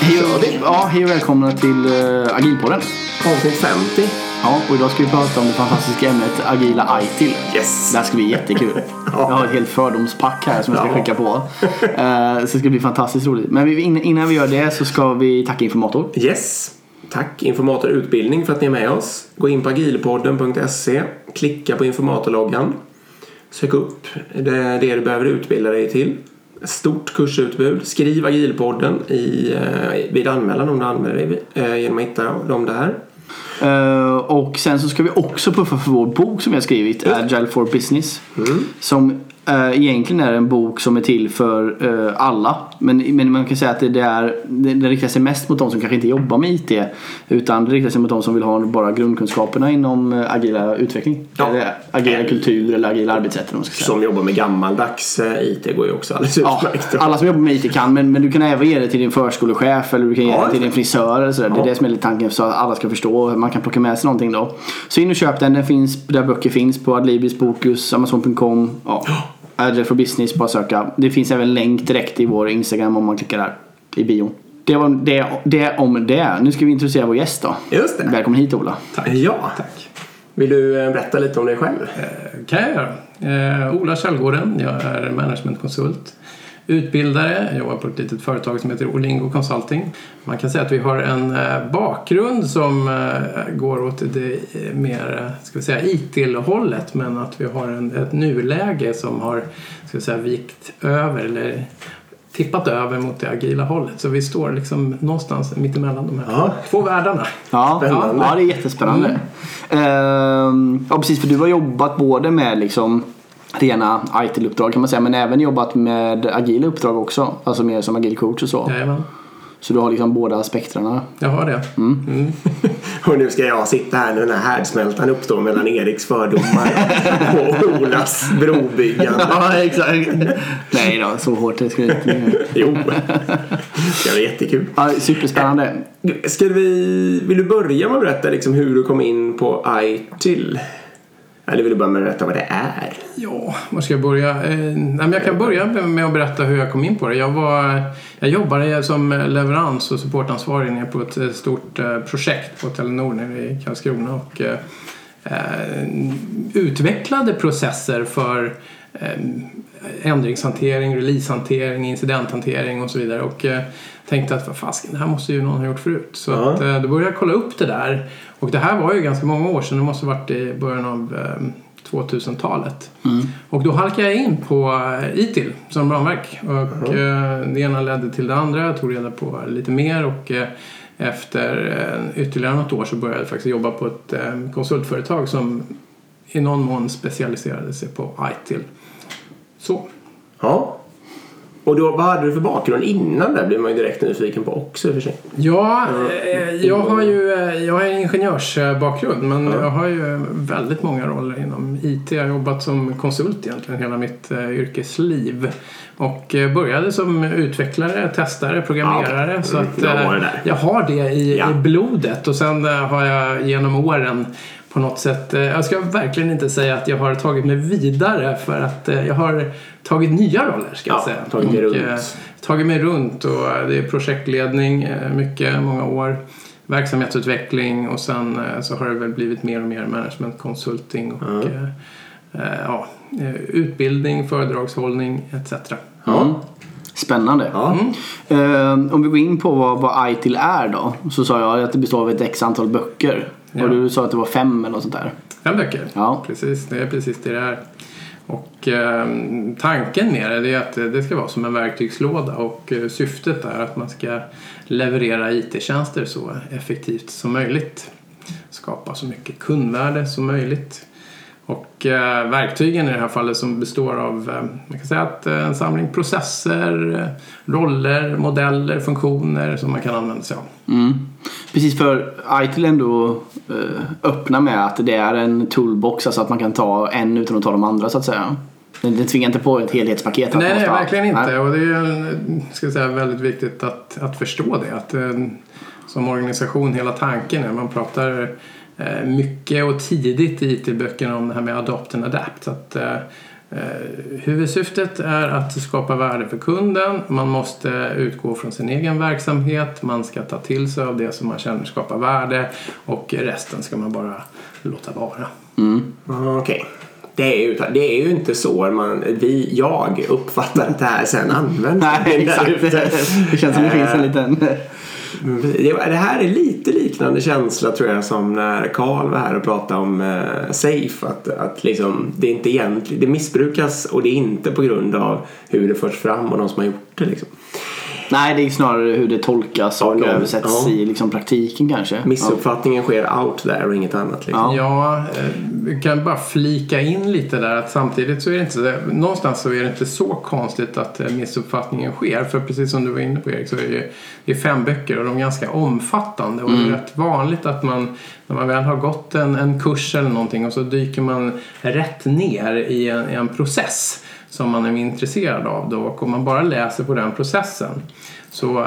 Hej och välkomna till Agilpodden. Avsnitt 50. Ja, och idag ska vi prata om det fantastiska ämnet Agila ITIL. Yes. Det här ska bli jättekul. Jag har ett helt fördomspack här som jag ska skicka på. Så det ska bli fantastiskt roligt. Men innan vi gör det så ska vi tacka Informator. Yes. Tack Informator Utbildning för att ni är med oss. Gå in på agilpodden.se. Klicka på Informatorloggan. Sök upp det du behöver utbilda dig till. Stort kursutbud. Skriv Agilpodden vid anmälan om du anmäler dig genom att hitta dem där. Och sen så ska vi också puffa för vår bok som vi har skrivit, Agile for Business. Som egentligen är en bok som är till för alla. Men man kan säga att det riktar sig mest mot de som kanske inte jobbar med IT. Utan det riktar sig mot de som vill ha bara grundkunskaperna inom agila utveckling. Eller agila kultur eller agila arbetssätt. Som jobbar med gammaldags IT går ju också alldeles utmärkt. Ja, alla som jobbar med IT kan. Men du kan även ge det till din förskolechef. Eller du kan ge det till din frisör. Eller sådär. Det är det som är lite tanken så att alla ska förstå. Man kan plocka med sig någonting då. Så in och köp den. Den finns där böcker finns på Adlibris, Bokus, Amazon.com. Ja. Agile for Business, bara söka. Det finns även länk direkt i vår Instagram om man klickar där i bion. Det var det om det. Nu ska vi introducera vår gäst då. Just det. Välkommen hit, Ola. Tack. Ja, tack. Vill du berätta lite om dig själv? Kan jag göra. Ola Kjellgården, jag är managementkonsult. Utbildare, jag jobbar på ett litet företag som heter Olingo Consulting. Man kan säga att vi har en bakgrund som går åt det mer, ska vi säga, IT-hållet, men att vi har ett nuläge som har, ska vi säga, vikt över eller tippat över mot det agila hållet. Så vi står liksom någonstans mittemellan de här två världarna. Ja, det är jättespännande. Ja, precis, för du har jobbat både med liksom rena IT-uppdrag kan man säga, men även jobbat med agila uppdrag också, alltså mer som agil coach och så. Jajamän. Så du har liksom båda spektrarna. Jag har det. Och nu ska jag sitta här när den här härdsmältan uppstår mellan Eriks fördomar och Olas brobyggande. Ja, exakt. Nej då, så hårt det skulle inte. Jo, det är jättekul. Ja, superspännande. Vill du börja med att berätta liksom hur du kom in på ITIL? Eller vill du börja med att berätta vad det är? Ja, var ska jag börja? Jag kan börja med att berätta hur jag kom in på det. Jag jobbade som leverans- och supportansvarig på ett stort projekt på Telenor nere i Karlskrona och utvecklade processer för ändringshantering, releasehantering, incidenthantering och så vidare. Och tänkte att vad fasken, det här måste ju någon ha gjort förut. Så att, då började jag kolla upp det där. Och det här var ju ganska många år sedan. Det måste ha varit i början av 2000-talet. Och då halkade jag in på ITIL som ramverk. Och det ena ledde till det andra. Jag tog reda på lite mer. Och efter ytterligare något år så började jag faktiskt jobba på ett konsultföretag som i någon mån specialiserade sig på ITIL. Så. Ja. Och då, vad hade du för bakgrund innan där? Blir man ju direkt nyfiken på också för sig. Ja, jag har en ingenjörsbakgrund, men jag har ju väldigt många roller inom IT. Jag har jobbat som konsult egentligen hela mitt yrkesliv. Och började som utvecklare, testare, programmerare. Så att jag har det i blodet. Och sen har jag genom åren på något sätt, jag ska verkligen inte säga att jag har tagit mig vidare, för att jag har tagit nya roller, ska jag säga. Tagit mig runt, och det är projektledning många år, verksamhetsutveckling, och sen så har det väl blivit mer och mer management consulting och utbildning, föredragshållning etc. Spännande. Om vi går in på vad ITIL är då, så sa jag att det består av ett x antal böcker. Och du sa att det var 5 eller något sånt där. 5 böcker, precis. Det är precis det är. Och tanken med det är att det ska vara som en verktygslåda, och syftet är att man ska leverera IT-tjänster så effektivt som möjligt. Skapa så mycket kundvärde som möjligt. Och verktygen i det här fallet som består av, man kan säga att en samling processer, roller, modeller, funktioner som man kan använda sig av. Precis, för ITIL ändå öppna med att det är en toolbox, alltså att man kan ta en utan att ta de andra så att säga. Den tvingar inte på ett helhetspaket. Nej, verkligen inte. Nej. Och det är ska jag säga, väldigt viktigt att förstå det. Att som organisation hela tanken är, man pratar mycket och tidigt i IT-böckerna om det här med adopt and adapt. Att Huvudsyftet är att skapa värde för kunden. Man måste utgå från sin egen verksamhet. Man ska ta till sig av det som man känner skapar värde. Och resten ska man bara låta vara. Okej. Det är ju inte så jag uppfattar inte det här sen använder. Nej, exakt. Det känns som det finns en liten... Det här är lite liknande känsla tror jag som när Carl var här och pratade om Safe. Att liksom, det är inte egentligen, det missbrukas och det är inte på grund av hur det förs fram och de som har gjort det liksom. Nej, det är snarare hur det tolkas och översätts i liksom praktiken kanske. Missuppfattningen sker out there och inget annat liksom. Ja, vi kan bara flika in lite där att samtidigt så är det inte någonstans så är det inte så konstigt att missuppfattningen sker, för precis som du var inne på Erik så är det 5 böcker och de är ganska omfattande och det är rätt vanligt att man när man väl har gått en kurs eller någonting och så dyker man rätt ner i en process som man är intresserad av då, och om man bara läser på den processen så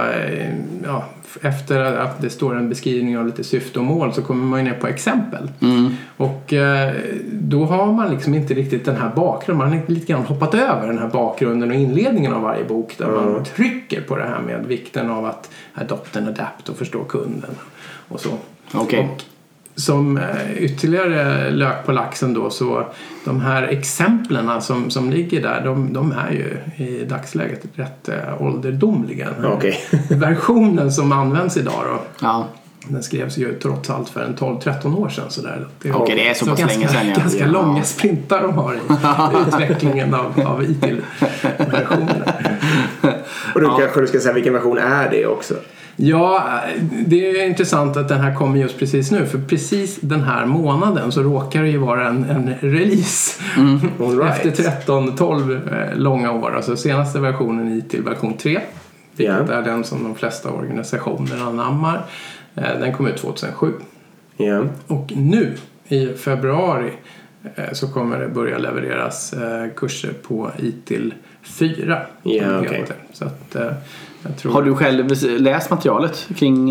efter att det står en beskrivning av lite syfte och mål så kommer man ju ner på exempel. Och då har man liksom inte riktigt den här bakgrunden. Man har lite grann hoppat över den här bakgrunden och inledningen av varje bok där man trycker på det här med vikten av att adopt and adapt och förstå kunden och så. Okay. Och som ytterligare lök på laxen då, så de här exemplen som ligger där, de är ju i dagsläget rätt ålderdomliga. Okay. Versionen som används idag då, den skrevs ju trots allt för 12-13 år sedan. Det är så pass länge sedan. Ganska långa sprintar de har i utvecklingen av IT-versionerna. Och då kanske du ska säga vilken version är det också? Ja, det är intressant att den här kommer just precis nu. För precis den här månaden så råkar det ju vara en release. Efter 13-12 långa år. Alltså senaste versionen i till version 3. Det är den som de flesta organisationer anammar. Den kom ut 2007. Och nu i februari så kommer det börja levereras kurser på ITIL 4. Okay. Så att... Har du själv läst materialet kring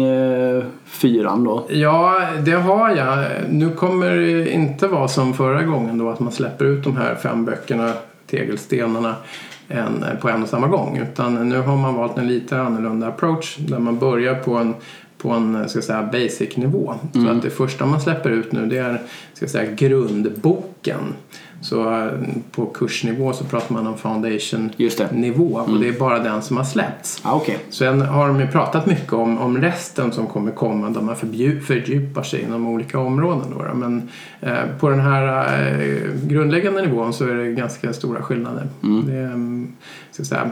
4 då? Ja, det har jag. Nu kommer det inte vara som förra gången då att man släpper ut de här 5 böckerna, tegelstenarna, på en och samma gång. Utan nu har man valt en lite annorlunda approach där man börjar på en ska säga, basic nivå. Så att det första man släpper ut nu det är ska säga, grundboken. Så på kursnivå så pratar man om foundation-nivå och det är bara den som har släppts. Okay. Sen har de ju pratat mycket om resten som kommer komma där man fördjupar sig inom olika områden. Då. Men på den här grundläggande nivån så är det ganska stora skillnader. Det är, ska säga,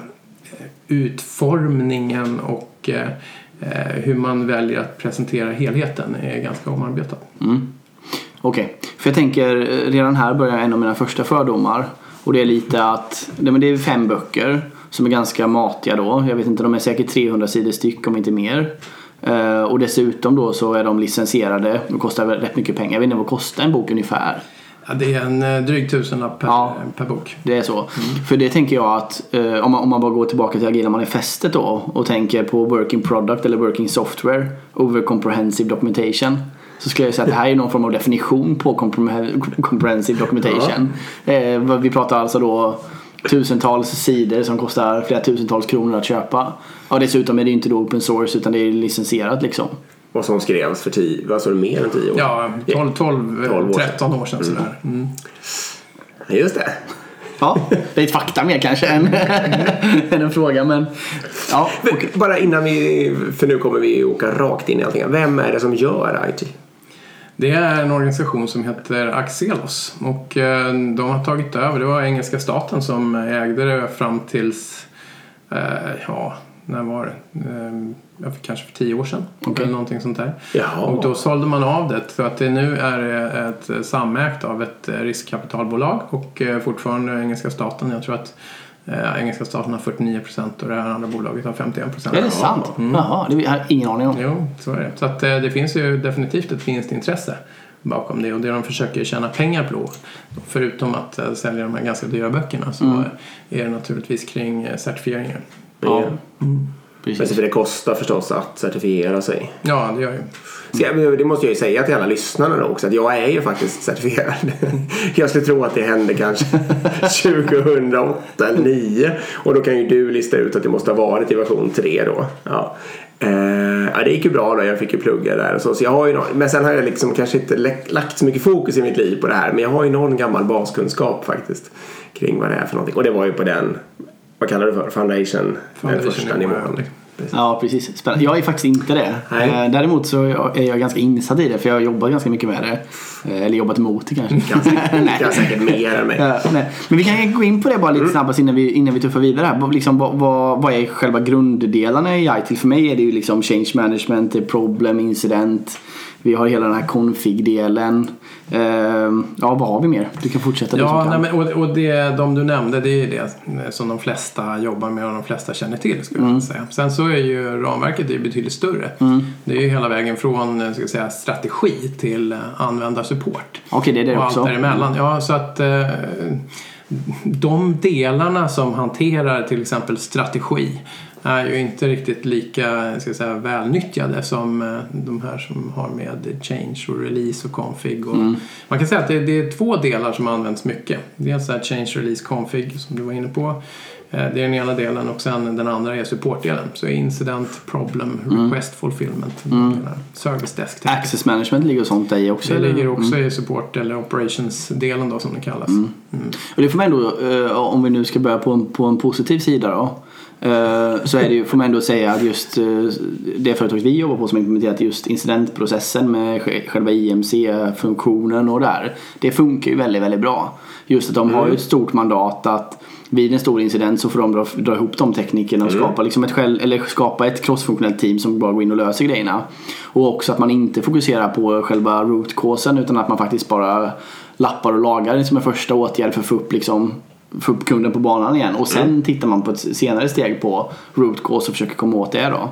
utformningen och hur man väljer att presentera helheten är ganska omarbetat. Okej, för jag tänker redan här börjar en av mina första fördomar. Och det är lite att det är 5 böcker som är ganska matiga då. Jag vet inte, de är säkert 300 sidor styck om inte mer. Och dessutom då så är de licensierade och kostar rätt mycket pengar. Jag vet inte vad kostar en bok ungefär. Ja, det är en dryg 1000-lapp per bok. Det är så. För det tänker jag att om man bara går tillbaka till Agila manifestet då och tänker på working product eller working software over comprehensive documentation, så skulle jag säga att det här är någon form av definition på comprehensive documentation. Vi pratar alltså då tusentals sidor som kostar flera tusentals kronor att köpa. Och dessutom är det inte då open source utan det är licensierat liksom. Och som skrevs för 10, vad sa du, mer än 10 år? Ja, 12-13 år sedan sådär. Just det. Ja, det är ett fakta mer kanske än en fråga, men ja. Okay. Bara innan för nu kommer vi åka rakt in i allting. Vem är det som gör IT? Det är en organisation som heter Axelos och de har tagit över. Det var engelska staten som ägde det fram tills när var det? Kanske för 10 år sedan. Eller någonting sånt där. Jaha. Och då sålde man av det för att det nu är ett samägt av ett riskkapitalbolag och fortfarande engelska staten. Jag tror att engelska staten har 49% och det här andra bolaget har 51%. Är det sant? Jaha, det har jag ingen aning om. Jo, så är det. Så att det finns ju definitivt ett vinstintresse bakom det och det de försöker tjäna pengar på. Förutom att sälja de här ganska dyra böckerna så är det naturligtvis kring certifieringar. Ja. Precis. För det kostar förstås att certifiera sig. Ja, det gör ju. Det måste jag ju säga till alla lyssnare då också, att jag är ju faktiskt certifierad. Jag skulle tro att det hände kanske 2008 eller 2009. Och då kan ju du lista ut att det måste ha varit i version 3 då. Ja. Det gick ju bra då, jag fick ju plugga där och så jag har ju men sen har jag liksom kanske inte lagt så mycket fokus i mitt liv på det här, men jag har ju någon gammal baskunskap faktiskt kring vad det är för någonting, och det var ju på den, vad kallar du för, foundation första nivån. Ja, precis. Spännande. Jag är faktiskt inte det. Däremot så är jag ganska insatt i det, för jag har jobbat ganska mycket med det. Eller jobbat emot det kanske. Kan säkert mer än mig. Men vi kan gå in på det bara lite snabbast innan vi tuffar vidare här. Liksom, vad är själva grunddelarna i ITIL? För mig är det ju liksom change management, problem, incident. Vi har hela den här config-delen. Vad har vi mer? Du kan fortsätta. Och de du nämnde, det är ju det som de flesta jobbar med och de flesta känner till, skulle jag säga. Sen så är ju ramverket betydligt större. Det är ju hela vägen från strategi till användarsupport. Okej, det är det och också. Allt däremellan. Ja, så att de delarna som hanterar till exempel strategi är ju inte riktigt lika välnyttjade som de här som har med change och release och config. Och man kan säga att det är 2 delar som används mycket. Dels är change, release, config som du var inne på. Det är den ena delen, och sen den andra är supportdelen. Så incident, problem, request fulfillment, service desk. Access management ligger och sånt där i också. Det ligger också i support eller operations-delen då, som det kallas. Och det får man ändå, om vi nu ska börja på en positiv sida då, så är det ju, får man ändå säga att just det företaget vi jobbar på som implementerat just incidentprocessen med själva IMC-funktionen och där, det funkar ju väldigt, väldigt bra. Just att de har ju ett stort mandat att vid en stor incident så får de dra ihop de teknikerna och skapa, liksom skapa ett crossfunktionellt team som bara går in och löser grejerna. Och också att man inte fokuserar på själva root causen, utan att man faktiskt bara lappar och lagar som en första åtgärd för att få upp kunden på banan igen. Och sen tittar man på ett senare steg på root cause och försöker komma åt det då.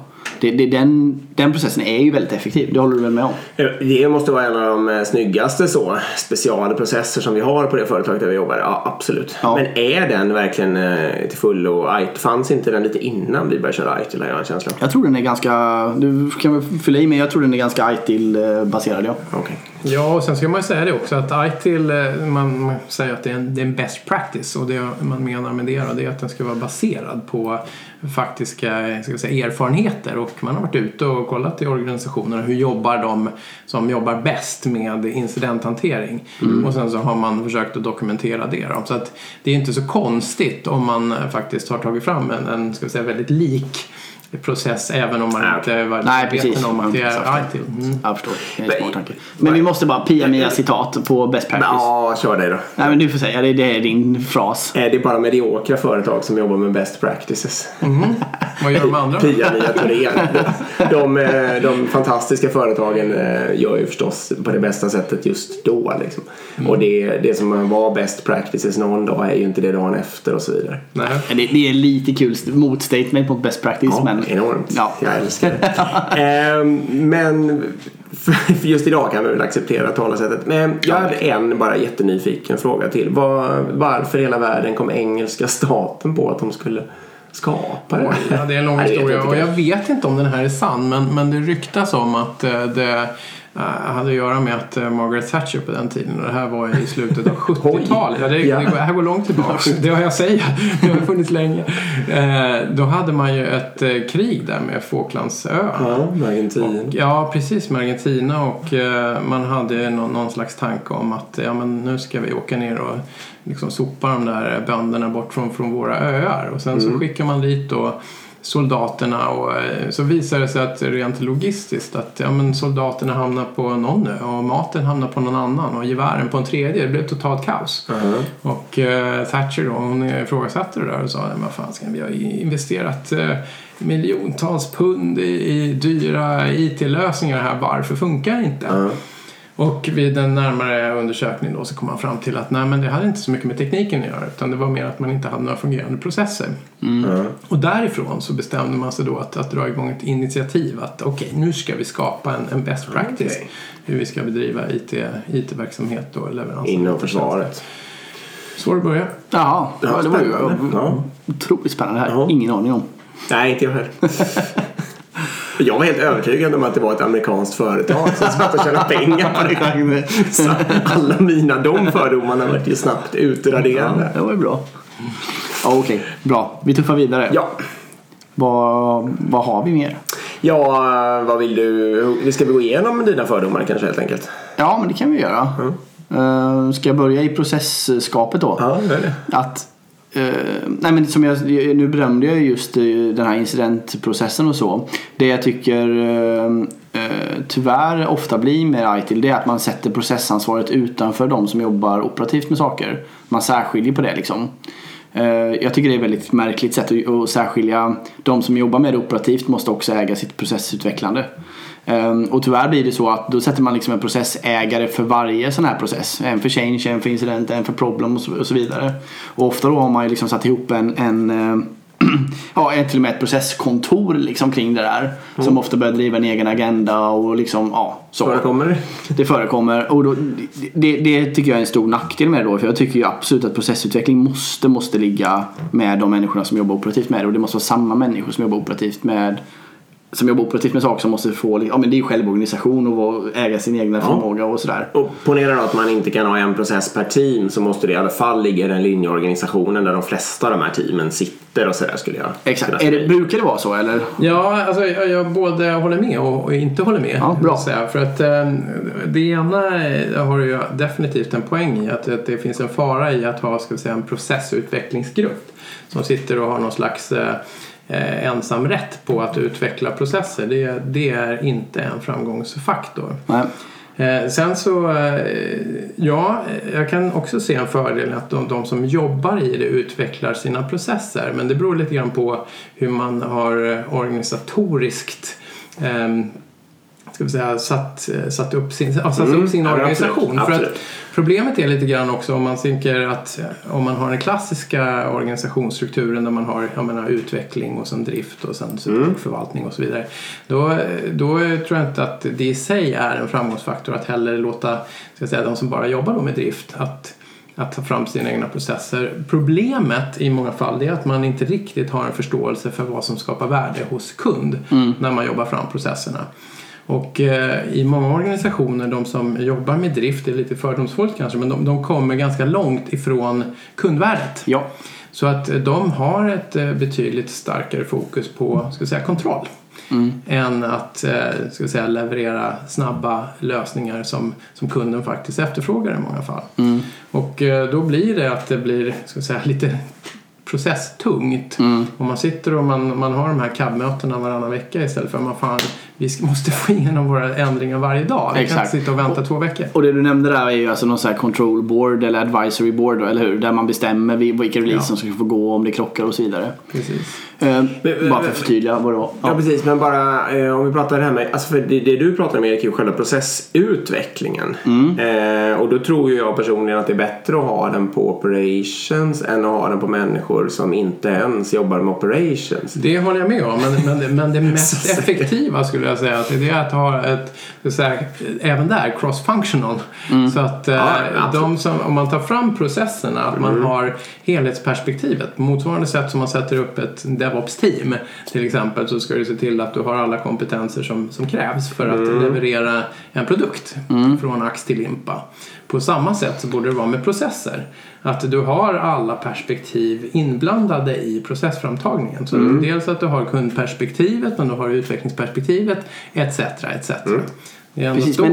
Den processen är ju väldigt effektiv. Det håller du väl med om? Det måste vara en av de snyggaste specialprocesser som vi har på det företaget där vi jobbar. Ja, absolut. Ja. Men är den verkligen till fullo? Fanns inte den lite innan vi började köra ITIL? Jag tror den är ganska... Du kan väl fylla i, men jag tror den är ganska ITIL-baserad, ja. Okay. Ja, och sen ska man säga det också att ITIL, man säger att det är en best practice, och det man menar med det är att den ska vara baserad på faktiska erfarenheter, och man har varit ute och kollat i organisationerna hur jobbar de som jobbar bäst med incidenthantering, och sen så har man försökt att dokumentera det då. Så att det är inte så konstigt om man faktiskt har tagit fram en väldigt lik process, även om man inte var medveten om att det är ITIL. Jag förstår, det är en smart tanke. Men vi måste bara pia mina citat på best practice. Ja, kör det då. Nej, men du får säga, det är din fras. Det är bara mediokra företag som jobbar med best practices. Vad gör de andra? Pia Mia Thorén. De fantastiska företagen gör ju förstås på det bästa sättet just då liksom. Och det som var best practices någon dag är ju inte det dagen efter och så vidare. Nej. Det är lite kul motstatement mot best practice, men enormt. Ja. Jag älskar det. Men för just idag kan vi väl acceptera talesättet. Men jag hade en bara jättenyfiken fråga till. Varför i hela världen kom engelska staten på att de skulle skapa det? Ja, det är en lång historia, och jag vet inte om den här är sann, men det ryktas om att det hade att göra med att Margaret Thatcher på den tiden, och det här var i slutet av 70-talet. Det här går långt tillbaka. Det har jag säga. Det har funnits länge. Då hade man ju ett krig där med Falklandsöarna. Ja, med Argentina. Precis, med Argentina, och man hade någon slags tanke om att men nu ska vi åka ner och liksom sopa de där bönderna bort från våra öar, och sen så skickar man dit och soldaterna, och så visar det sig att rent logistiskt att soldaterna hamnar på någon ö och maten hamnar på någon annan och gevären på en tredje. Det blev totalt kaos. Och Thatcher då, hon ifrågasatte det där och sa, vad fan ska vi ha investerat miljontals pund i dyra IT-lösningar här, varför funkar det inte? Och vid en närmare undersökning då så kom man fram till att nej, men det hade inte så mycket med tekniken att göra, utan det var mer att man inte hade några fungerande processer. Och därifrån så bestämde man sig då att dra igång ett initiativ att nu ska vi skapa en best practice hur vi ska bedriva IT-verksamhet och leverans. Inom försvaret. Så det börjar. Jaha, det var ju otroligt spännande här. Ingen aning om. Nej, inte jag heller. Jag var helt övertygad om att det var ett amerikanskt företag som satt och tjänade pengar på det. Så alla de fördomarna var ju snabbt utraderade. Ja, det var ju bra. Ja, okej. Bra. Vi tuffar vidare. Ja. Vad har vi mer? Ja, vad vill du? Vi ska gå igenom dina fördomar kanske helt enkelt. Ja, men det kan vi göra. Ska jag börja i processskapet då? Ja, det är det. Att nej, men som nu berömde jag just den här incidentprocessen och så. Det jag tycker tyvärr ofta blir mer arg till, det är att man sätter processansvaret utanför de som jobbar operativt med saker. Man särskiljer på det liksom. Jag tycker det är ett väldigt märkligt sätt att särskilja. De som jobbar med det operativt måste också äga sitt processutvecklande. Och tyvärr blir det så att då sätter man liksom en processägare för varje sån här process. En för change, en för incident, en för problem och så vidare. Och ofta då har man ju liksom satt ihop en till och med ett processkontor liksom kring det där. Som ofta börjar driva en egen agenda och liksom, så. Förekommer det förekommer. Och då, det tycker jag är en stor nackdel med det då. För jag tycker ju absolut att processutveckling måste ligga med de människorna som jobbar operativt med det. Och det måste vara samma människor som jobbar operativt med saker som måste få, men det är ju självorganisation och äga sin egna förmåga och sådär. Och ponera då att man inte kan ha en process per team, så måste det i alla fall ligga i den linjeorganisationen där de flesta av de här teamen sitter och sådär, skulle jag. Exakt. Brukar det vara så eller? Ja, alltså jag både håller med och inte håller med. Ja, bra. För att det ena har ju definitivt en poäng i att det finns en fara i att ha, ska vi säga, en processutvecklingsgrupp som sitter och har någon slags ensam rätt på att utveckla processer. Det är inte en framgångsfaktor. Nej. Sen så, jag kan också se en fördel att de som jobbar i det utvecklar sina processer. Men det beror lite grann på hur man har organisatoriskt ska vi säga, satt upp sin organisation. Absolut. För att problemet är lite grann också om man tänker att om man har den klassiska organisationsstrukturen där man har utveckling och sen drift och sen supportförvaltning och så vidare. Då tror jag inte att det i sig är en framgångsfaktor att heller låta, ska jag säga, de som bara jobbar då med drift att ta fram sina egna processer. Problemet i många fall är att man inte riktigt har en förståelse för vad som skapar värde hos kund när man jobbar fram processerna. Och i många organisationer, de som jobbar med drift, är lite fördomsfullt kanske, men de kommer ganska långt ifrån kundvärdet. Ja. Så att de har ett betydligt starkare fokus på, ska jag säga, kontroll. Än att, ska jag säga, leverera snabba lösningar som kunden faktiskt efterfrågar i många fall. Och då blir det att det blir, ska jag säga, lite processtungt. Om man sitter och man har de här CAB-mötena varannan vecka istället för att vi måste få igenom våra ändringar varje dag. Vi kan inte sitta och vänta 2 veckor. Och det du nämnde där är ju alltså någon sån här control board eller advisory board då, eller hur? Där man bestämmer vilka releaser som ska få gå, om det krockar och så vidare. Precis. Bara för att förtydliga vad det var. Ja, precis. Men bara om vi pratar det här med, alltså för det du pratar om, Erik, är ju själva processutvecklingen. Och då tror ju jag personligen att det är bättre att ha den på operations än att ha den på människor som inte ens jobbar med operations. Det håller jag med om, men det mest effektiva skulle jag säga att det är att ha ett, även där, cross-functional. Så att om man tar fram processerna, att man har helhetsperspektivet. På motsvarande sätt som man sätter upp ett DevOps-team till exempel, så ska du se till att du har alla kompetenser som krävs för att leverera en produkt från ax till limpa. På samma sätt så borde det vara med processer. Att du har alla perspektiv inblandade i processframtagningen. Så dels att du har kundperspektivet, men du har utvecklingsperspektivet, etc. Det är ändå precis,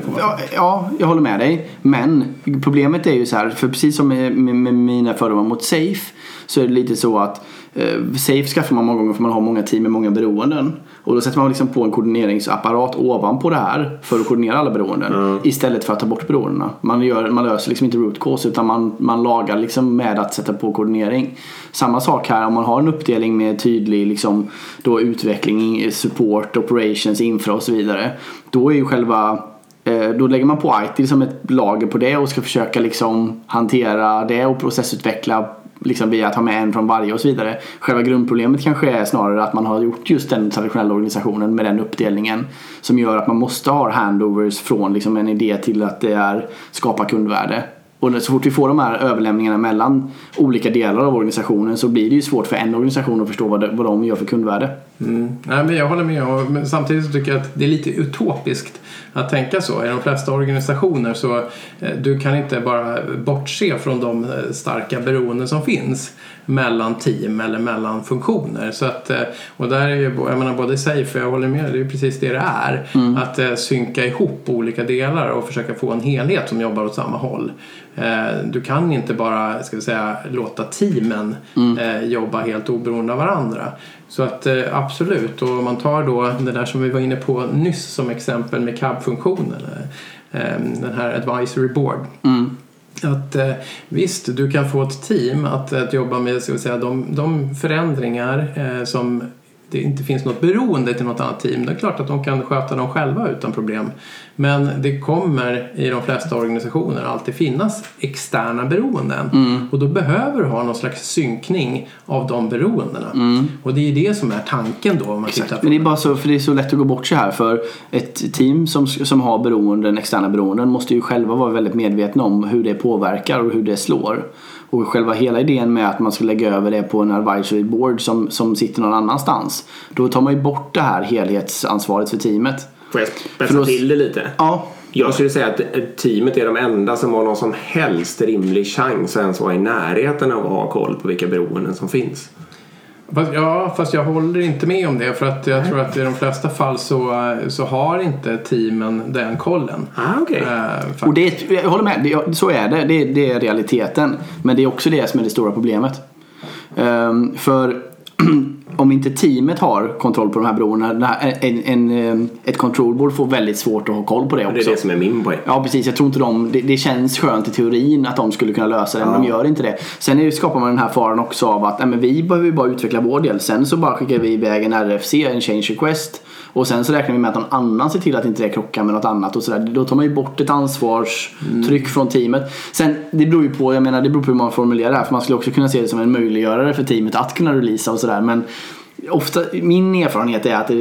ja, jag håller med dig. Men problemet är ju så här, för precis som med mina fördomar mot Safe, så är det lite så att Safe skaffar man många gånger för man har många team med många beroenden. Och då sätter man liksom på en koordineringsapparat ovanpå det här för att koordinera alla beroenden istället för att ta bort beroendena. Man löser liksom inte root cause, utan man lagar liksom med att sätta på koordinering. Samma sak här, om man har en uppdelning med tydlig liksom då utveckling, support, operations, infra och så vidare. Då är ju då lägger man på IT som ett lager på det och ska försöka liksom hantera det och processutveckla liksom via att ha med en från varje och så vidare. Själva grundproblemet kanske är snarare att man har gjort just den traditionella organisationen med den uppdelningen som gör att man måste ha handovers från liksom en idé till att det är skapa kundvärde. Och så fort vi får de här överlämningarna mellan olika delar av organisationen så blir det ju svårt för en organisation att förstå vad de gör för kundvärde. Nej, men jag håller med. Men samtidigt så tycker jag att det är lite utopiskt att tänka så. I de flesta organisationer så du kan inte bara bortse från de starka beroenden som finns mellan team eller mellan funktioner. Så att, och där är ju, jag menar, både safe, jag håller med, det är ju precis det är. Att synka ihop olika delar och försöka få en helhet som jobbar åt samma håll. Du kan inte bara, ska vi säga, låta teamen jobba helt oberoende av varandra. Så att absolut, och om man tar då det där som vi var inne på nyss som exempel med CAB-funktionen, den här advisory board. Att visst, du kan få ett team att jobba med, ska vi säga, de förändringar som det inte finns något beroende till något annat team. Det är klart att de kan sköta dem själva utan problem. Men det kommer i de flesta organisationer alltid finnas externa beroenden. Och då behöver du ha någon slags synkning av de beroendena. Och det är det som är tanken då. Om man tittar på. Men det är bara så, för det är så lätt att gå bort så här. För ett team som har beroenden, externa beroenden, måste ju själva vara väldigt medvetna om hur det påverkar och hur det slår. Och själva hela idén med att man ska lägga över det på en advisory board som sitter någon annanstans. Då tar man ju bort det här helhetsansvaret för teamet. Får jag spetsa till det lite? Ja. Jag skulle säga att teamet är de enda som har någon som helst rimlig chans att ens vara i närheten av att ha koll på vilka beroenden som finns. Fast jag håller inte med om det, för att jag tror att i de flesta fall så har inte teamen den kollen. Okay. Och jag håller med, så är det. Det är realiteten. Men det är också det som är det stora problemet. För om inte teamet har kontroll på de här beroendena, ett control board får väldigt svårt att ha koll på det också. Det är det som är min poäng. Ja, precis. Jag tror inte det känns skönt i teorin att de skulle kunna lösa det, men de gör inte det. Sen skapar man den här faran också av att vi behöver bara utveckla vår del. Sen så bara skickar vi iväg en RFC, en change request. Och sen så räknar vi med att någon annan ser till att inte det krockar med något annat och sådär. Då tar man ju bort ett ansvarstryck från teamet. Sen, det beror ju på hur man formulerar det här. För man skulle också kunna se det som en möjliggörare för teamet att kunna releasa och sådär. Men ofta, min erfarenhet är att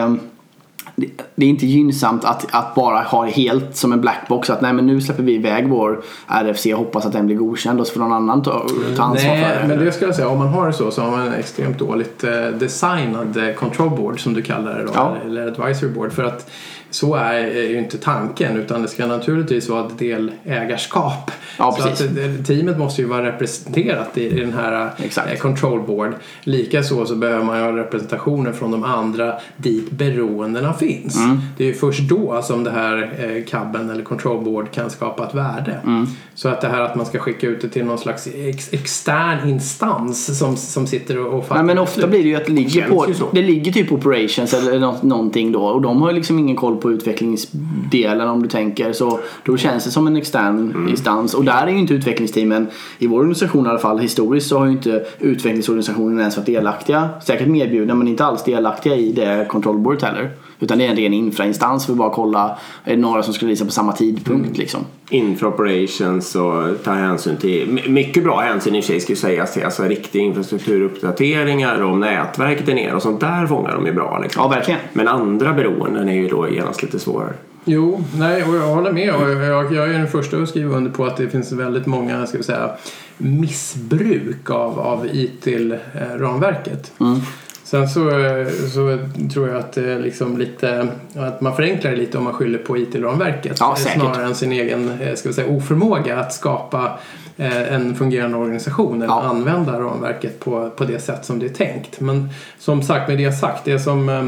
det är inte gynnsamt att bara ha det helt som en blackbox. Att nej, men nu släpper vi iväg vår RFC och hoppas att den blir godkänd och så får någon annan ta ansvar för det. Men det skulle jag säga, om man har det så har man en extremt dåligt designad control board som du kallar det då, eller advisory board, för att så är ju inte tanken, utan det ska naturligtvis vara ett delägarskap. Ja, så att teamet måste ju vara representerat i den här control board. Likaså så behöver man ju ha representationer från de andra dit beroendena finns. Det är ju först då som det här cabben eller control board kan skapa ett värde. Så att det här att man ska skicka ut det till någon slags extern instans som sitter och fattar. Men ofta blir det ju att det ligger typ operations eller någonting då, och de har liksom ingen koll på utvecklingsdelen om du tänker, så då känns det som en extern instans. Och där är ju inte utvecklingsteamen, i vår organisation i alla fall historiskt, så har ju inte utvecklingsorganisationen ens varit delaktiga, säkert medbjudna men inte alls delaktiga i det kontrollbordet heller, utan det är en ren infrainstans för att bara kolla är det några som skulle visa på samma tidpunkt liksom. Infra operations och ta hänsyn till mycket bra hänsyn i sig, ska sägas till, alltså riktiga infrastrukturuppdateringar och nätverket är ner och sånt där fångar de ju bra liksom. Ja, verkligen. Men andra beroenden är ju då genast lite svårare. Jo, nej, och jag håller med, och jag är den första att skriva under på att det finns väldigt många, ska vi säga, missbruk av ITIL-ramverket. Sen så tror jag att liksom lite, att man förenklar det lite om man skyller på IT-ramverket. Snarare än sin egen, ska vi säga, oförmåga att skapa en fungerande organisation eller använda ramverket på det sätt som det är tänkt. Men som sagt, med det sagt, det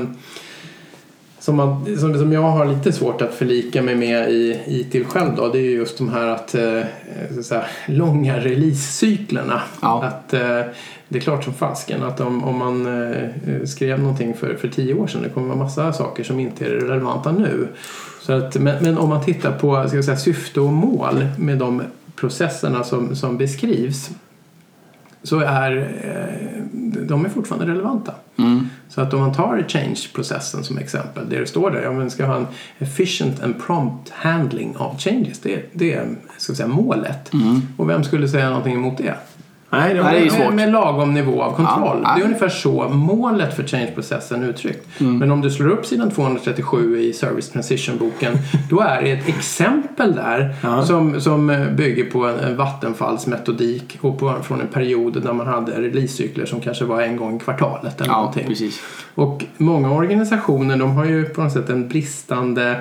som jag har lite svårt att förlika mig med i ITIL själv då, det är just de här så att säga, långa release-cyklerna. Att det är klart som fasken att om man skrev någonting för 10 år sedan, det kommer vara massa saker som inte är relevanta nu. Så att, men om man tittar på, ska jag säga, syfte och mål med de processerna som beskrivs, så är de är fortfarande relevanta. Så att om man tar change-processen som exempel, det står där, man ska ha en efficient and prompt handling of changes. Det är, ska jag säga, målet. Och vem skulle säga någonting emot det? Nej, det är svårt. Med lagom nivå av kontroll. Ja. Det är ungefär så målet för change-processen uttryckt. Men om du slår upp sidan 237 i Service Transition-boken, då är det ett exempel där som bygger på en vattenfallsmetodik och från en period där man hade releasecykler som kanske var en gång i kvartalet eller någonting. Precis. Och många organisationer, de har ju på något sätt en bristande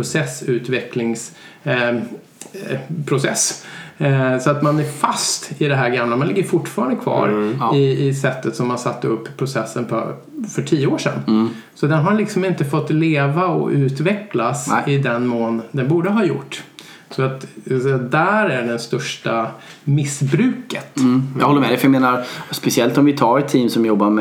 processutvecklingsprocess. Så att man är fast i det här gamla. Man ligger fortfarande kvar i sättet som man satte upp processen för 10 år sedan. Så den har liksom inte fått leva och utvecklas i den mån den borde ha gjort. Så att där är den största missbruket. Jag håller med dig, för jag menar speciellt om vi tar ett team som jobbar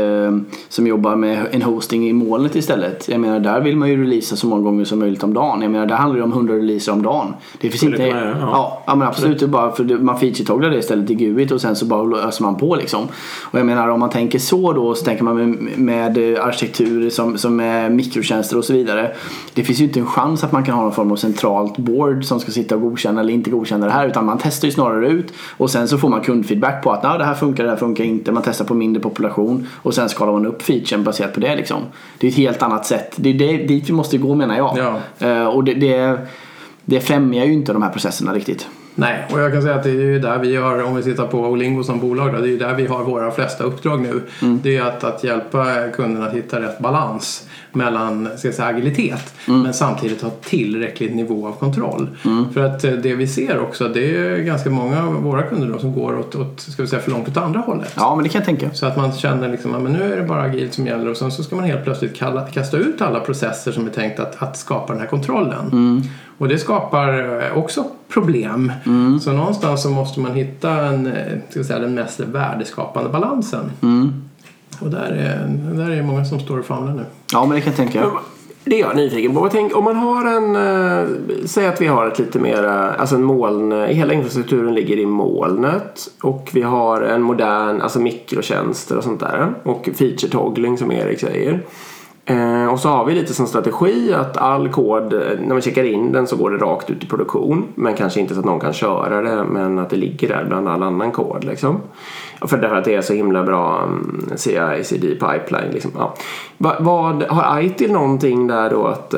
med en hosting i molnet istället. Jag menar, där vill man ju releasa så många gånger som möjligt om dagen. Jag menar, där handlar det om 100 releaser om dagen. Det finns inte... Ja, men absolut. Bara för man feature-togglar det istället i GUID och sen så bara löser man på liksom. Och jag menar, om man tänker så tänker man med arkitektur som är mikrotjänster och så vidare. Det finns ju inte en chans att man kan ha någon form av centralt board som ska sitta och godkänna eller inte godkänna det här, utan man testar ju snarare ut och sen så får man kundfeedback på att det här funkar inte, man testar på mindre population och sen skalar man upp featuren baserat på det liksom. Det är ett helt annat sätt, det är dit vi måste gå, menar jag. Och det främjar ju inte de här processerna riktigt. Nej, och jag kan säga att det är ju där vi gör, om vi tittar på Olingo som bolag, det är ju där vi har våra flesta uppdrag nu. Det är att hjälpa kunderna att hitta rätt balans mellan agilitet men samtidigt ha tillräcklig nivå av kontroll. För att det vi ser också, det är ganska många av våra kunder då som går åt ska vi säga, för långt åt andra hållet. Ja, men det kan jag tänka. Så att man känner liksom, men nu är det bara agilt som gäller och sen så ska man helt plötsligt kasta ut alla processer som är tänkt att skapa den här kontrollen. Och det skapar också problem. Så någonstans så måste man hitta den mest värdeskapande balansen. Och där är många som står och famlar nu. Ja, men det kan jag tänka. Det är jag nyfiken på. Om man har säg att vi har ett lite mer, alltså en moln, hela infrastrukturen ligger i molnet och vi har en modern, alltså mikrotjänster och sånt där och feature-toggling som Erik säger. Och så har vi lite som strategi att all kod, när man checkar in den så går det rakt ut i produktion, men kanske inte så att någon kan köra det, men att det ligger där bland all annan kod liksom. För därför att det är så himla bra CI/CD pipeline liksom. Vad har ITIL någonting där då att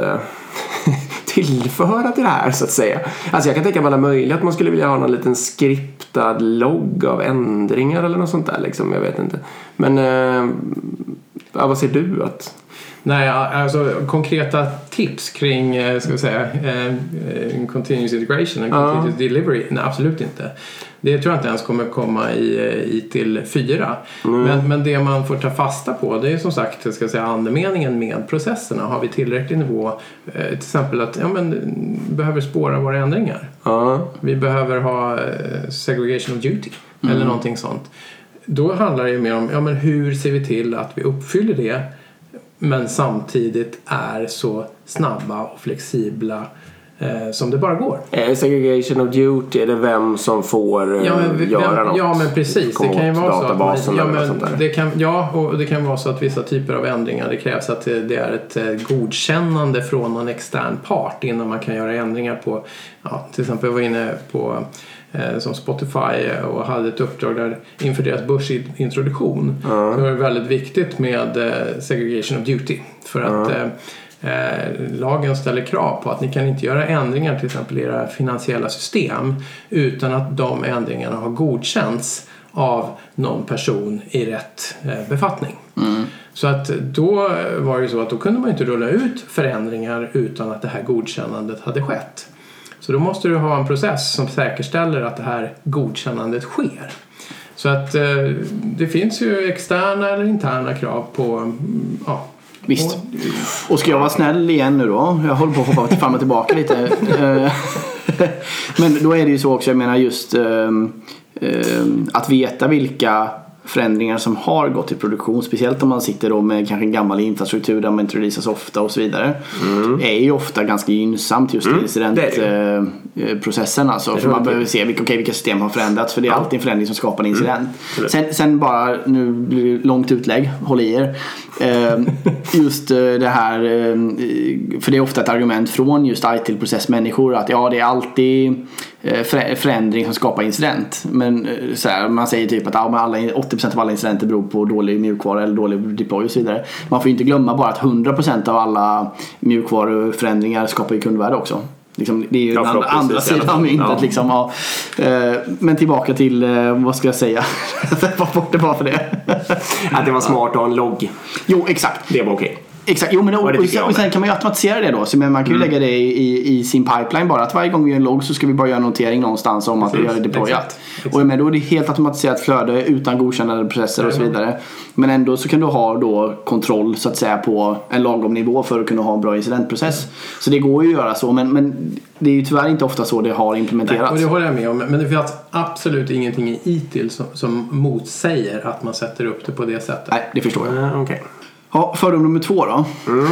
tillföra till det här så att säga? Alltså jag kan tänka mig alla möjliga, att man skulle vilja ha någon liten skriptad logg av ändringar eller något sånt där liksom, jag vet inte. Men vad ser du att... Nej, alltså konkreta tips kring ska vi säga continuous integration och continuous delivery, nej, absolut inte. Det tror jag inte ens kommer komma i till 4. Men det man får ta fasta på, det är som sagt, ska jag säga, andemeningen med processerna. Har vi tillräcklig nivå, till exempel att behöver spåra våra ändringar. Vi behöver ha segregation of duty eller någonting sånt. Då handlar det ju mer om hur ser vi till att vi uppfyller det, men samtidigt är så snabba och flexibla som det bara går. Segregation of duty, är det vem som får göra något? Ja, men precis. Det kan ju vara databasen och det kan vara så att vissa typer av ändringar, det krävs att det är ett godkännande från någon extern part innan man kan göra ändringar på, till exempel jag var inne på som Spotify och hade ett uppdrag där inför deras börsintroduktion. Det var väldigt viktigt med segregation of duty, för att lagen ställer krav på att ni kan inte göra ändringar till exempel i era finansiella system utan att de ändringarna har godkänts av någon person i rätt befattning. Så att då var det så att då kunde man inte rulla ut förändringar utan att det här godkännandet hade skett. Så då måste du ha en process som säkerställer att det här godkännandet sker. Så att det finns ju externa eller interna krav på... Visst. Och ska jag vara snäll igen nu då? Jag håller på att hoppa fram och tillbaka lite. Men då är det ju så också, jag menar just att veta vilka förändringar som har gått i produktion, speciellt om man sitter då med kanske en gammal infrastruktur där man inte releasas ofta och så vidare, är ju ofta ganska gynnsamt just incidentprocessen alltså, för man behöver se vilka system har förändrats, för det är alltid en förändring som skapar en incident. Sen bara, nu blir det långt utlägg, håll i er, just det här, för det är ofta ett argument från just ITIL-processmänniskor att det är alltid förändring som skapar incident. Men så här, man säger typ att 80% av alla incidenter beror på dålig mjukvara eller dålig deploy och så vidare. Man får inte glömma bara att 100% av alla mjukvaruförändringar skapar ju kundvärde också. Liksom, det är ju andra sidan av myntet liksom, ja. Men tillbaka till vad ska jag säga? Vad bort det var för det. Att det var smart att ha en logg. Jo, exakt. Det var okej. Exakt, jo, men och sen kan man ju automatisera det då. Så man kan ju lägga det i sin pipeline bara. Att varje gång vi gör en logg så ska vi bara göra en notering någonstans om att vi har deployat. Exakt. Och då är det helt automatiserat flöde utan godkännande processer och så vidare. Men ändå så kan du ha då kontroll så att säga på en lagom nivå för att kunna ha en bra incidentprocess. Så det går ju att göra så, men det är ju tyvärr inte ofta så det har implementerats. Nej, och det håller jag med om. Men det finns absolut ingenting i ITIL som motsäger att man sätter upp det på det sättet. Nej, det förstår jag. Okej. Ja, fördom nummer 2 då.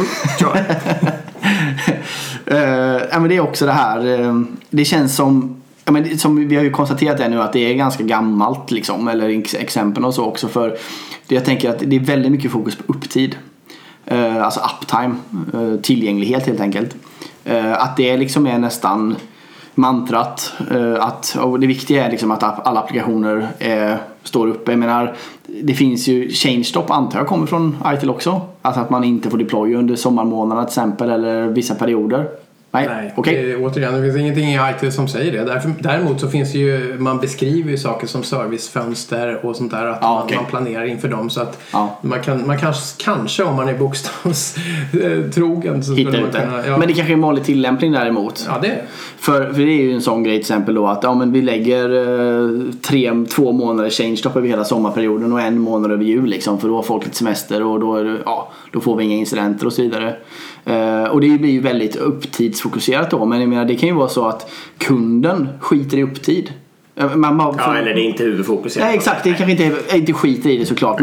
Men det är också det här. Det känns som vi har ju konstaterat det nu att det är ganska gammalt liksom, eller exempel och så också, för jag tänker att det är väldigt mycket fokus på upptid. Alltså uptime, tillgänglighet helt enkelt. Att det liksom är nästan mantrat, och det viktiga är liksom att alla applikationer står uppe. Jag menar, det finns ju change-stop, antar jag kommer från ITIL också, alltså att man inte får deploy under sommarmånaderna till exempel, eller vissa perioder. Nej. Okay. Återigen, det finns ingenting i ITIL som säger det. Däremot så finns det ju, man beskriver ju saker som servicefönster och sånt där, att man planerar inför dem, så att man kanske om man är bokstavstrogen så hittar ut det. Men det kanske är en vanlig tillämpning däremot. Ja, det. För det är ju en sån grej till exempel då att men vi lägger 2 månader change-stop över hela sommarperioden och 1 månad över jul liksom, för då har folk lite semester och då är det, då får vi inga incidenter och så vidare. Och det blir ju väldigt upptidsfokuserat då, men jag menar, det kan ju vara så att kunden skiter i upptid. Eller det är inte huvudfokuserat. Nej, exakt, det kanske inte skiter i det såklart, men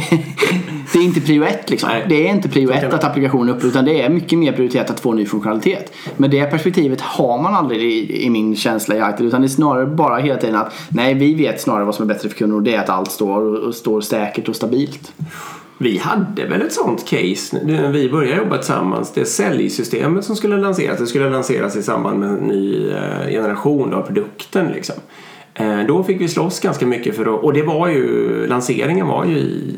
det är inte prio 1 liksom. Nej. Det är inte prio 1 att applikationen är uppe, utan det är mycket mer prioritet att få ny funktionalitet. Men det perspektivet har man aldrig i min känsla i ITIL, utan det är snarare bara hela tiden att nej, vi vet snarare vad som är bättre för kunden, och det är att allt står säkert och stabilt. Vi hade väl ett sånt case när vi började jobba tillsammans. Det säljsystemet som skulle lanseras, det skulle lanseras i samband med en ny generation av produkten liksom. Då fick vi slåss ganska mycket för och det var ju, lanseringen var ju i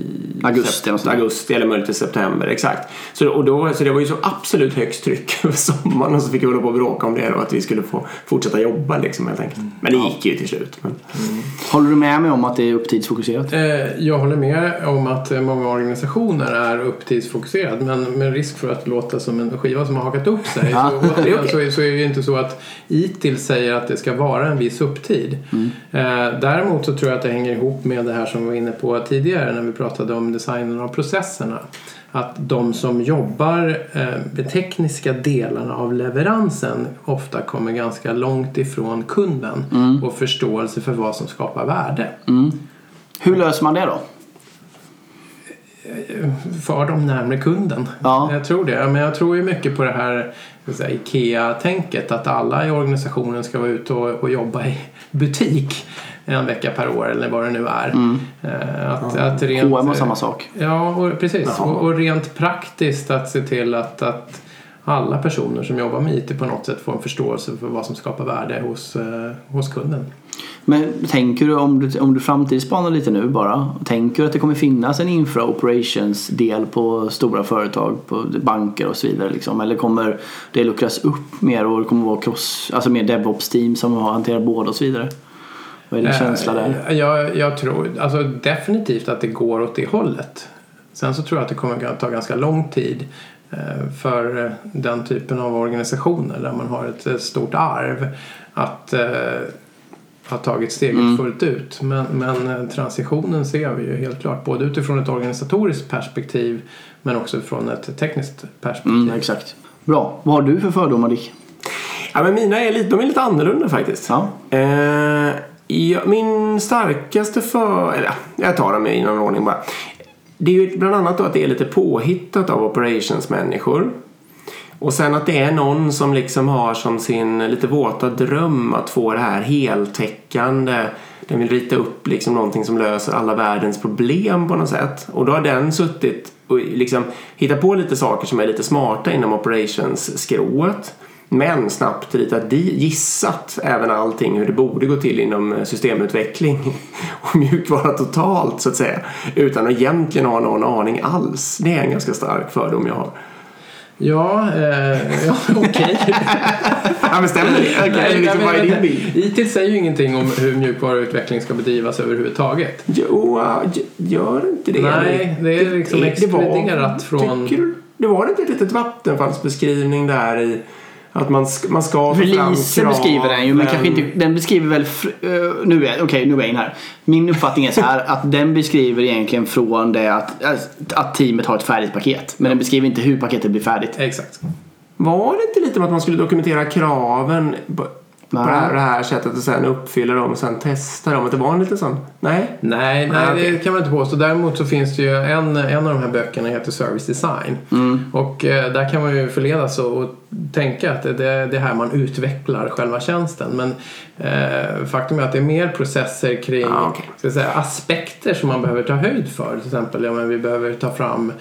augusti eller möjligtvis september, exakt. Så det var ju så absolut högst tryck för sommaren, och så fick vi hålla på och bråka om det då, att vi skulle få fortsätta jobba liksom, helt enkelt. Men det gick ju till slut. Håller du med mig om att det är upptidsfokuserat? Jag håller med om att många organisationer är upptidsfokuserade, men med risk för att låta som en skiva som har hakat upp sig så är det inte så att ITIL säger att det ska vara en viss upptid. Däremot så tror jag att det hänger ihop med det här som vi var inne på tidigare när vi pratade om designen av processerna. Att de som jobbar med tekniska delarna av leveransen ofta kommer ganska långt ifrån kunden och förståelse för vad som skapar värde. Hur löser man det då? För dem närmare kunden. Ja. Jag tror det. Men jag tror ju mycket på det här IKEA-tänket, att alla i organisationen ska vara ute och jobba i butik en vecka per år eller vad det nu är. Att rent, KM och samma sak. Ja, precis. Och rent praktiskt att se till att alla personer som jobbar med IT på något sätt får en förståelse för vad som skapar värde hos kunden. Men tänker du, om du framtidsspanar lite nu bara, tänker du att det kommer finnas en infra operations del på stora företag, på banker och så vidare liksom? Eller kommer det luckras upp mer och det kommer vara alltså mer DevOps team som hanterar båda och så vidare? Vad är din känsla där? Jag tror alltså definitivt att det går åt det hållet. Sen så tror jag att det kommer att ta ganska lång tid för den typen av organisationer där man har ett stort arv att har tagit steget fullt ut. Men transitionen ser vi ju helt klart, både utifrån ett organisatoriskt perspektiv men också från ett tekniskt perspektiv. Exakt. Bra. Vad har du för fördomar, Dick? Ja, men mina är lite annorlunda faktiskt. Ja. Min starkaste jag tar dem i någon ordning bara. Det är ju bland annat då att det är lite påhittat av operationsmänniskor. Och sen att det är någon som liksom har som sin lite våta dröm att få det här heltäckande. Den vill rita upp liksom någonting som löser alla världens problem på något sätt. Och då har den suttit och liksom hittat på lite saker som är lite smarta inom operations-skrået. Men snabbt ritat gissat även allting hur det borde gå till inom systemutveckling och mjukvara totalt så att säga. Utan att egentligen ha någon aning alls. Det är en ganska stark fördom jag har. Ja, okej. Ja, men stämmer det? Okay, vad är din bild? IT säger ju ingenting om hur mjukvaruutveckling ska bedrivas överhuvudtaget. Jo, gör inte det. Nej, det är liksom exploderat från... Tycker du? Det var inte ett litet vattenfallsbeskrivning där i att man ska få releasen beskriver den ju, men kanske inte, den beskriver väl nu är jag in här. Min uppfattning är så här att den beskriver egentligen från det att teamet har ett färdigt paket, men den beskriver inte hur paketet blir färdigt. Exakt. Var det inte lite om att man skulle dokumentera kraven på det här sättet och sen uppfylla dem och sen testa dem? Att det var en liten sån? Nej, det kan man inte påstå. Däremot så finns det ju en av de här böckerna heter Service Design. Och där kan man ju förledas och tänka att det är här man utvecklar själva tjänsten. Men faktum är att det är mer processer kring ska säga, aspekter som man behöver ta höjd för. Till exempel, vi behöver ta fram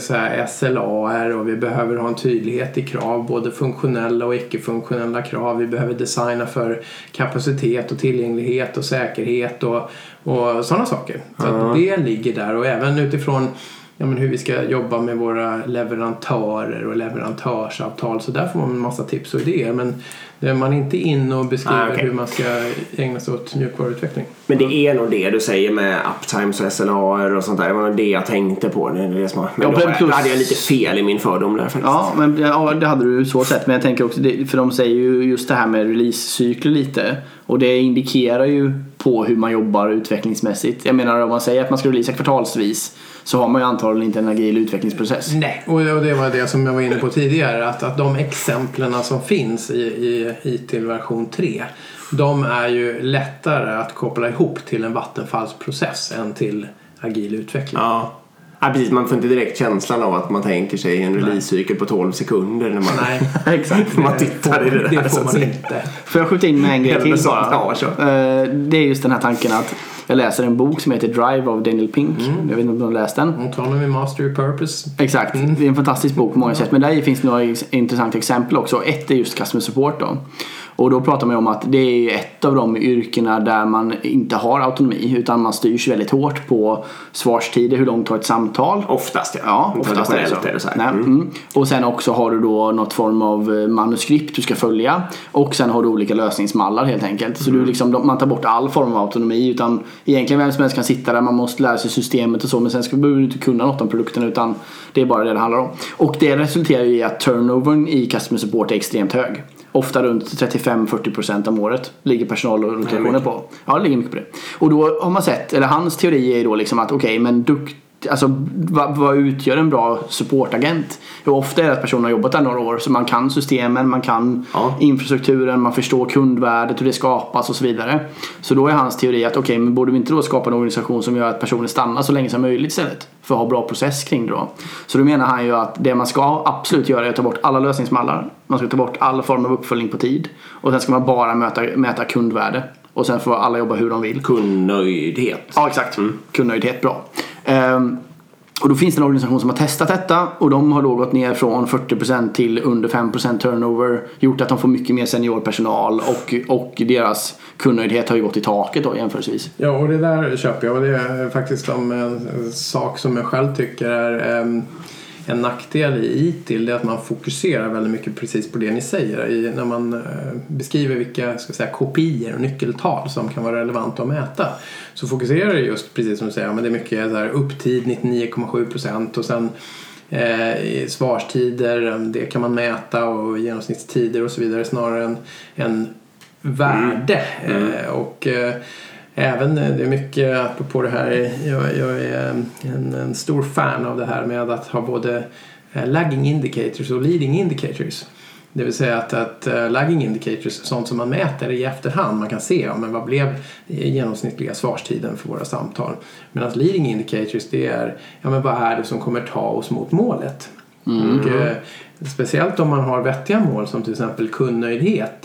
SLAR och vi behöver ha en tydlighet i krav, både funktionella och icke-funktionella krav. Vi behöver designa för kapacitet och tillgänglighet och säkerhet och sådana saker. Så att det ligger där, och även utifrån hur vi ska jobba med våra leverantörer och leverantörsavtal, så där får man en massa tips och idéer, men man är inte inne och beskriver hur man ska ägna sig åt mjukvaruutveckling. Men det är nog det du säger med uptimes och SLAR och sånt där. Det var nog det jag tänkte på. Men då hade jag lite fel i min fördom där faktiskt. Ja, men det hade du så sett. Men jag tänker också, för de säger ju just det här med release-cykler lite. Och det indikerar ju på hur man jobbar utvecklingsmässigt. Jag menar, om man säger att man ska releasa kvartalsvis, så har man ju antagligen inte en agil utvecklingsprocess. Nej, och det var det som jag var inne på tidigare, att de exemplen som finns i IT-version 3, de är ju lättare att koppla ihop till en vattenfallsprocess än till agil utveckling. Ja, precis. Man får inte direkt känslan av att man tänker sig en release-cykel på 12 sekunder när man, exakt. man tittar i det där. Det får man inte. Får jag skjuta in med en grej till bara? Ja, det är just den här tanken att jag läser en bok som heter Drive av Daniel Pink. Jag vet inte om du har läst den. Autonomy, Mastery, Purpose. Exakt, det är en fantastisk bok på många sätt. Men där finns några intressanta exempel också. Ett är just customer support då. Och då pratar man om att det är ett av de yrkena där man inte har autonomi, utan man styrs väldigt hårt på svarstider, hur långt tar ett samtal. Oftast, oftast är det så. Och sen också har du då något form av manuskript du ska följa. Och sen har du olika lösningsmallar helt enkelt. Så du liksom, man tar bort all form av autonomi, utan egentligen vem som helst kan sitta där. Man måste lära sig systemet och så, men sen behöver du inte kunna något om produkten, utan det är bara det handlar om. Och det resulterar i att turnovern i customer support är extremt hög. Ofta runt 35-40% om året ligger personal och rotationer på. Ja, det ligger mycket på det. Och då har man sett, eller hans teori är då liksom att men vad utgör en bra supportagent? Hur ofta är det att personen har jobbat där några år, så man kan systemen, man kan infrastrukturen, man förstår kundvärdet, hur det skapas och så vidare. Så då är hans teori att men borde vi inte då skapa en organisation som gör att personer stannar så länge som möjligt istället, för att ha bra process kring det då. Så då menar han ju att det man ska absolut göra är att ta bort alla lösningsmallar. Man ska ta bort alla former av uppföljning på tid, och sen ska man bara mäta kundvärde, och sen får alla jobba hur de vill. Kundnöjdhet. Ja, exakt. Kundnöjdhet, bra. Och då finns det en organisation som har testat detta, och de har då gått ner från 40% till under 5% turnover, gjort att de får mycket mer seniorpersonal, och deras kundnöjdhet har ju gått i taket då jämförelsevis. Ja, och det där köper jag, och det är faktiskt en sak som jag själv tycker är en nackdel i IT, det är att man fokuserar väldigt mycket precis på det ni säger när man beskriver vilka kopior och nyckeltal som kan vara relevanta att mäta, så fokuserar det just precis som du säger, men det är mycket så här, upptid 99,7%, och sen svarstider, det kan man mäta, och genomsnittstider och så vidare, snarare än värde. Och även det är mycket på det här, jag är en stor fan av det här med att ha både lagging indicators och leading indicators. Det vill säga att lagging indicators, sånt som man mäter i efterhand, man kan se vad blev genomsnittliga svarstiden för våra samtal. Medan leading indicators, det är vad är det som kommer ta oss mot målet. Och speciellt om man har vettiga mål som till exempel kundnöjdhet,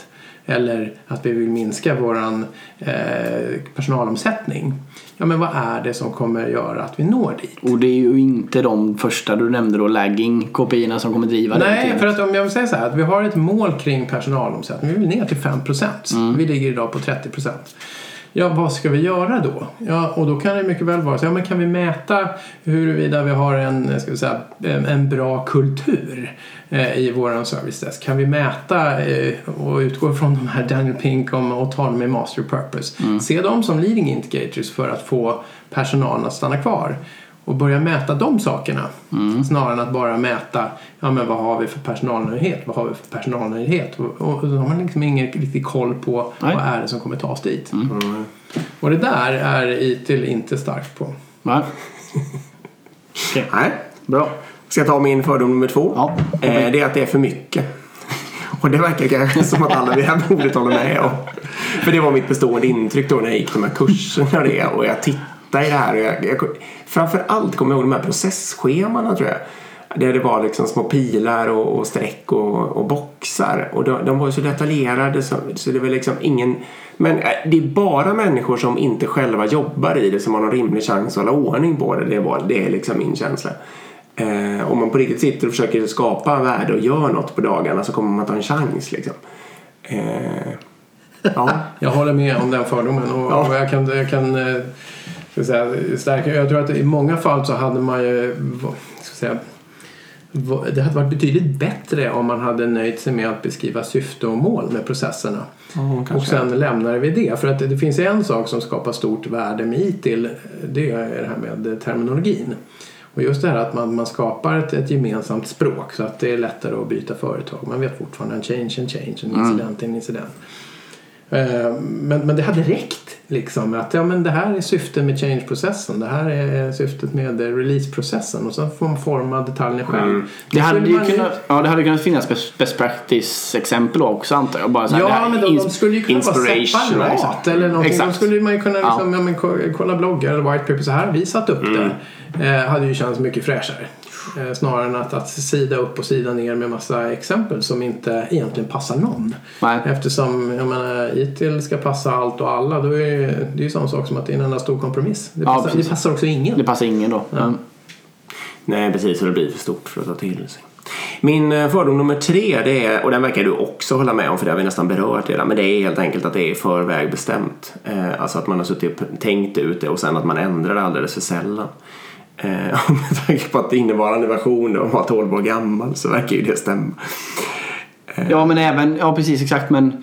eller att vi vill minska våran personalomsättning. Ja, men vad är det som kommer göra att vi når dit? Och det är ju inte de första du nämnde då, lagging KPI:erna som kommer driva det. Nej, för att om jag vill säga så här, att vi har ett mål kring personalomsättning. Vi vill ner till 5%. Vi ligger idag på 30%. Ja, vad ska vi göra då? Ja, och då kan det mycket väl vara så. Ja, men kan vi mäta huruvida vi har en bra kultur i våran service desk? Kan vi mäta och utgå från de här Daniel Pink om autonomy, master purpose? Se dem som leading indicators för att få personalen att stanna kvar. Och börja mäta de sakerna. Snarare än att bara mäta, ja men vad har vi för personalnöjdhet? Vad har vi för personalnöjdhet? Och då har man liksom ingen riktig koll på vad är det som kommer ta oss dit. Och det där är ITIL inte starkt på. Nej. Okay. Nej. Bra. Ska jag ta min fördom nummer 2? Ja. Det är att det är för mycket. Och det verkar kanske som att alla vi här borde hålla med om. För det var mitt bestående intryck då när jag gick de här kurserna och jag tittade i det här. Jag framförallt kommer jag ihåg de här processschemarna tror jag. Där det var liksom små pilar och streck och boxar. Och de var ju så detaljerade så det var liksom ingen... Men det är bara människor som inte själva jobbar i det som har någon rimlig chans att hålla ordning på det. Det är liksom min känsla. Om man på riktigt sitter och försöker skapa värde och gör något på dagarna så kommer man ta en chans liksom. Ja. Jag håller med om den fördomen och jag kan säga, stärka. Jag tror att i många fall så hade man ju det hade varit betydligt bättre om man hade nöjt sig med att beskriva syfte och mål med processerna. Och sen lämnar vi det. För att det finns en sak som skapar stort värde med ITIL. Det är det här med terminologin. Och just det här att man skapar ett gemensamt språk så att det är lättare att byta företag. Man vet fortfarande en change, en incident. Men det hade räckt liksom att men det här är syftet med change-processen, det här är syftet med release-processen och så får man forma detaljerna själv. Det hade kunnat finnas best practice-exempel också antar jag. Bara så här, men de skulle ju kunna vara separat eller någonting. Exakt. Då skulle man ju kunna liksom, kolla bloggar eller white paper så här, vi satt upp det. Hade ju känts mycket fräschare. Snarare än att sida upp och sida ner med massa exempel som inte egentligen passar någon. Nej. Eftersom ITIL ska passa allt och alla, då är det ju samma sak som att det är en enda stor kompromiss. Det passar också ingen. Det passar ingen då. Ja. Nej, precis, så det blir för stort för att ta till sig. Min fördom nummer 3, det är, och den verkar du också hålla med om för det har vi nästan berört redan, men det är helt enkelt att det är förväg bestämt. Alltså att man har suttit och tänkt ut det och sen att man ändrar det alldeles för sällan. Med tanke på att innevarande version var 12 år gammal så verkar ju det stämma. Ja men även, ja precis exakt, men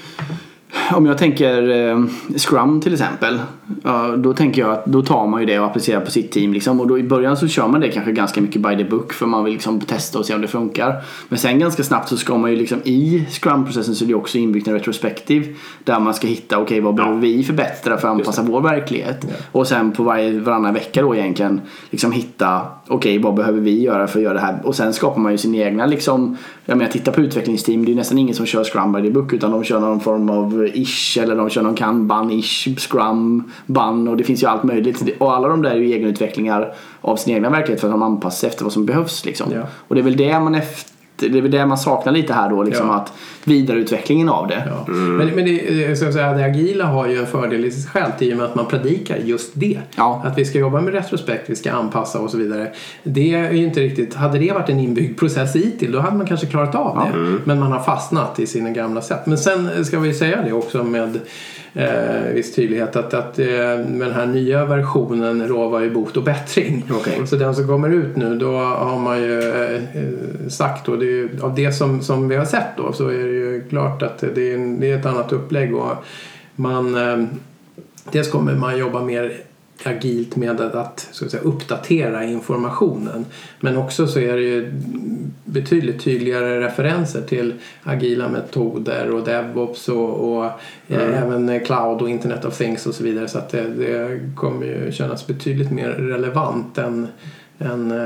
om jag tänker Scrum till exempel, då tänker jag att då tar man ju det och applicerar på sitt team liksom, och då i början så kör man det kanske ganska mycket by the book för man vill liksom testa och se om det funkar, men sen ganska snabbt så ska man ju liksom i Scrum-processen så är det också inbyggt en retrospektiv där man ska hitta vad behöver vi förbättra för att anpassa vår verklighet och sen på varannan vecka då egentligen liksom hitta vad behöver vi göra för att göra det här, och sen skapar man ju sin egna liksom, jag menar titta på utvecklingsteam, det är nästan ingen som kör Scrum by the book utan de kör någon form av ish eller de kör någon Kanban-ish, Scrum, Bun och det finns ju allt möjligt och alla de där är ju egenutvecklingar av sin egna verklighet för att de anpassar sig efter vad som behövs liksom. Och det är väl det man saknar lite här då liksom, att vidareutvecklingen av det. Men det, så att säga, det agila har ju en fördel i sig självt i och med att man predikar just det. Att vi ska jobba med retrospekt, vi ska anpassa och så vidare. Det är ju inte riktigt, hade det varit en inbyggd process till då hade man kanske klarat av det. Men man har fastnat i sina gamla sätt. Men sen ska vi säga det också med viss tydlighet att med den här nya versionen lovar ju bot och bättring. Så den som kommer ut nu, då har man ju sagt, och det är ju, av det som vi har sett då, så är det ju klart att det är ett annat upplägg och man dels kommer man jobba mer agilt med att så att säga, uppdatera informationen, men också så är det ju betydligt tydligare referenser till agila metoder och DevOps och även cloud och Internet of Things och så vidare, så att det kommer ju kännas betydligt mer relevant än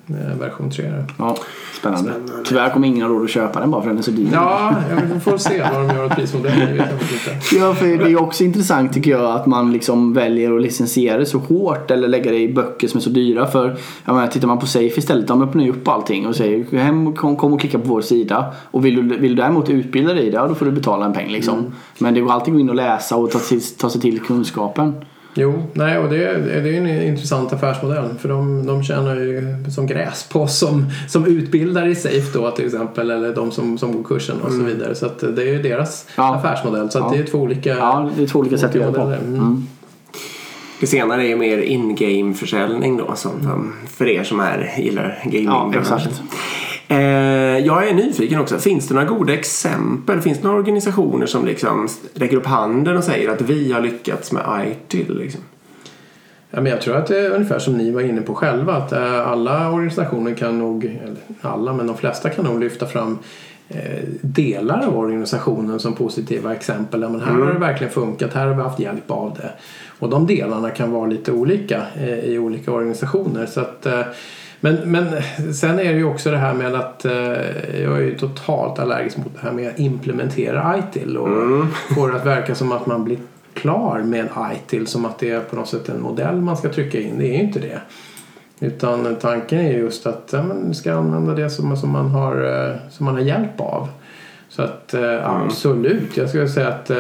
version 3. Ja, spännande. Tyvärr kommer ingen ha råd att köpa den bara för den är så dyr. Ja, vi får se vad de gör åt prismodellen. Ja, för det är också intressant tycker jag att man liksom väljer att licensiera det så hårt eller lägga det i böcker som är så dyra. För jag menar, tittar man på Safe istället, de öppnar ju upp allting och säger hem, kom och klicka på vår sida. Och vill du däremot utbilda dig i det, då får du betala en peng liksom. Men det går alltid gå in och läsa och ta sig till kunskapen. Jo, nej, och det är en intressant affärsmodell för de tjänar ju som gräs på som utbildar i Safe då till exempel, eller de som går kursen och så vidare, så att det är ju deras affärsmodell, så att det är två olika sätt att göra på. Det senare är ju mer in-game-försäljning då, för er som gillar gaming. Ja, exakt. Jag är nyfiken också. Finns det några goda exempel? Finns det några organisationer som liksom räcker upp handen och säger att vi har lyckats med ITIL liksom? Ja, men jag tror att det är ungefär som ni var inne på själva, att alla organisationer kan nog, eller alla, men de flesta kan nog lyfta fram delar av organisationen som positiva exempel. Men här har det verkligen funkat, här har vi haft hjälp av det. Och de delarna kan vara lite olika i olika organisationer. Så att, men sen är det ju också det här med att jag är ju totalt allergisk mot det här med att implementera ITIL och får det att verka som att man blir klar med ITIL, som att det är på något sätt en modell man ska trycka in. Det är ju inte det. Utan tanken är just att man ska använda det som man har hjälp av. Så att absolut, jag skulle säga att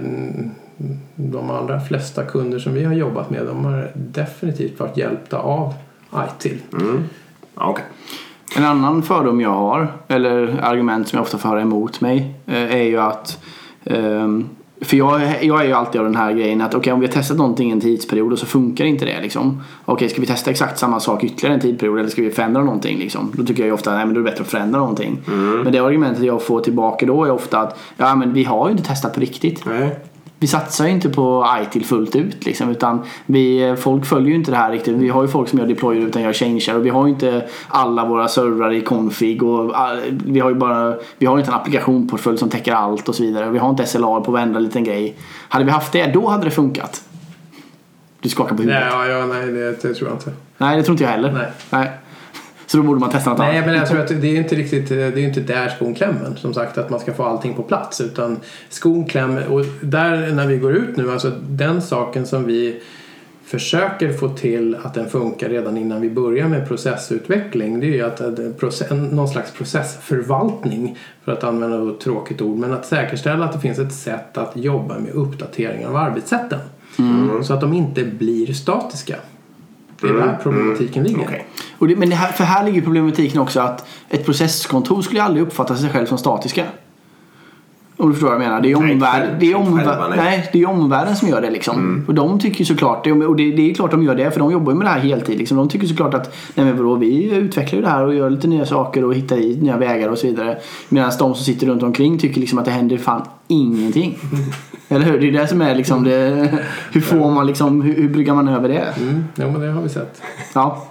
de allra flesta kunder som vi har jobbat med, de har definitivt varit hjälpta av ITIL. Okay. En annan fördom jag har, eller argument som jag ofta får höra emot mig, är ju att för jag är ju alltid av den här grejen att om vi har testat någonting i en tidsperiod och så funkar inte det liksom. Ska vi testa exakt samma sak ytterligare en tidsperiod, eller ska vi förändra någonting liksom? Då tycker jag ju ofta att då är det bättre att förändra någonting. Men det argumentet jag får tillbaka då är ofta att men vi har ju inte testat på riktigt. Vi satsar ju inte på ITIL fullt ut liksom, utan folk följer ju inte det här riktigt. Vi har ju folk som gör deployer utan gör changear, och vi har ju inte alla våra servrar i config, och vi har inte en applikationportfölj som täcker allt och så vidare. Vi har inte SLA på varenda liten grej. Hade vi haft det, då hade det funkat. Du skakar på huvudet. Nej, det tror jag inte. Nej, det tror inte jag heller. Nej. Så då borde man testa något annat. Nej, men jag tror att det är inte riktigt, det är inte där skon klämmer, som sagt, att man ska få allting på plats, utan skon klämmer, och där när vi går ut nu, alltså den saken som vi försöker få till att den funkar redan innan vi börjar med processutveckling, det är ju att någon slags processförvaltning, för att använda ett tråkigt ord, men att säkerställa att det finns ett sätt att jobba med uppdateringar av arbetssätten så att de inte blir statiska. Det är där problematiken ligger. Okay. Och men här ligger problematiken också, att ett processkontor skulle aldrig uppfatta sig själv som statiska. Om du förstår vad jag menar. Det är omvärlden som gör det liksom. Och de tycker såklart, och det är klart de gör det, för de jobbar ju med det här heltid liksom. De tycker såklart att vi utvecklar ju det här och gör lite nya saker och hittar i nya vägar och så vidare. Medan de som sitter runt omkring tycker liksom att det händer fan ingenting. Eller hur? Det är det som är liksom det, hur får man liksom, hur bryggar man över det? Ja, men det har vi sett. Ja.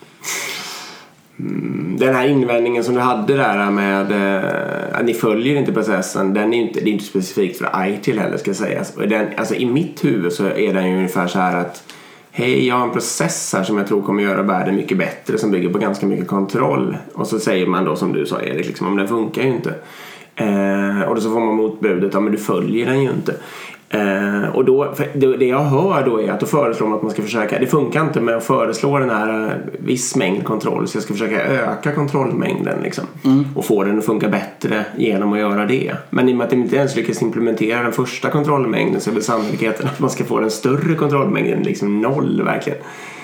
Den här invändningen som du hade där med att ni följer inte processen, det är inte specifikt för ITIL heller, ska sägas. Alltså i mitt huvud så är den ju ungefär så här att hej, jag har en process här som jag tror kommer göra världen mycket bättre, som bygger på ganska mycket kontroll, och så säger man då, som du sa Erik, liksom, om den funkar ju inte, och då så får man motbudet, men du följer den ju inte. Och då, det jag hör då är att då föreslår man att man ska försöka, det funkar inte med att föreslå den här viss mängd kontroll, så jag ska försöka öka kontrollmängden liksom, och få den att funka bättre genom att göra det. Men i och med att de inte ens lyckas implementera den första kontrollmängden, så är väl sannolikheten att man ska få den större kontrollmängden liksom 0 verkligen.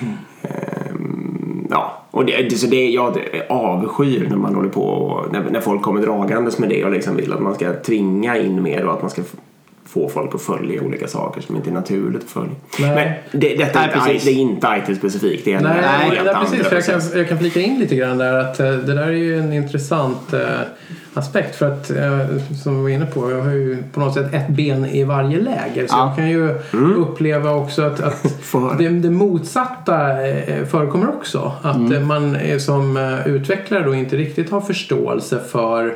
Och jag avskyr när man håller på, när folk kommer dragandes med det och liksom vill att man ska tvinga in mer och att man ska få folk att följa olika saker som inte är naturligt att följa. Men det är inte IT-specifikt. Det är Nej, precis. För jag kan flika in lite grann där att det där är ju en intressant aspekt, för att som vi var inne på, jag har ju på något sätt ett ben i varje läger, så jag kan ju uppleva också att det motsatta förekommer också, att man som utvecklare då inte riktigt har förståelse för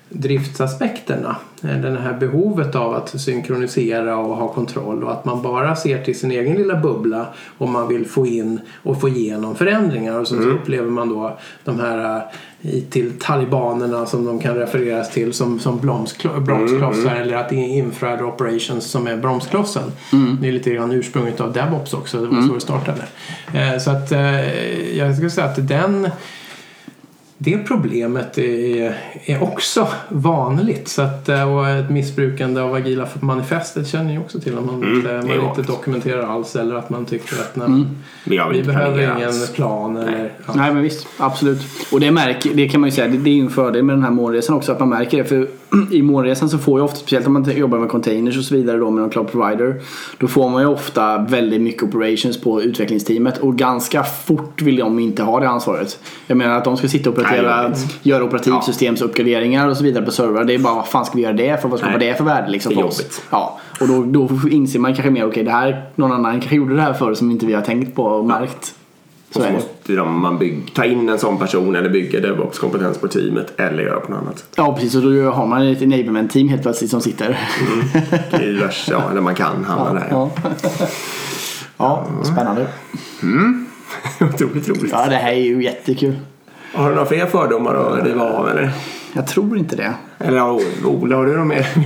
driftsaspekterna. Det här behovet av att synkronisera och ha kontroll och att man bara ser till sin egen lilla bubbla om man vill få in och få igenom förändringar och så upplever man då de här till talibanerna som de kan refereras till som bromsklossar eller att det är infrared operations som är bromsklossen. Det är lite grann ursprunget av DevOps också, det var så det startade. Så att jag skulle säga att det problemet är också vanligt. Så att, och ett missbrukande av agila manifestet känner jag också till. Om man inte dokumenterar alls eller att man tycker att vi behöver ingen plan. Eller, ja. Nej, men visst, absolut. Och det kan man ju säga, det är en fördel med den här molnresan också att man märker det. För i molnresan så får jag ofta, speciellt om man jobbar med containers och så vidare då med någon cloud provider, då får man ju ofta väldigt mycket operations på utvecklingsteamet och ganska fort vill de inte ha det ansvaret. Jag menar att de ska sitta och göra operativsystemsuppgraderingar och så vidare på servrar. Det är bara, vad fan ska vi göra det för? Vad ska det för värde liksom för oss? Ja. Och då inser man kanske mer, okej, det här någon annan kanske gjorde det här för som inte vi har tänkt på och märkt. Så måste man ta in en sån person eller bygga DevOps kompetens på teamet eller göra på något annat. Ja, precis. Och då har man ett enablement team helt plötsligt som sitter. Eller man kan hamna där. Ja, spännande. Otroligt roligt. Ja, det här är ju jättekul. Har du några fler fördomar att riva av eller? Jag tror inte det. Eller Ola, har du något mer?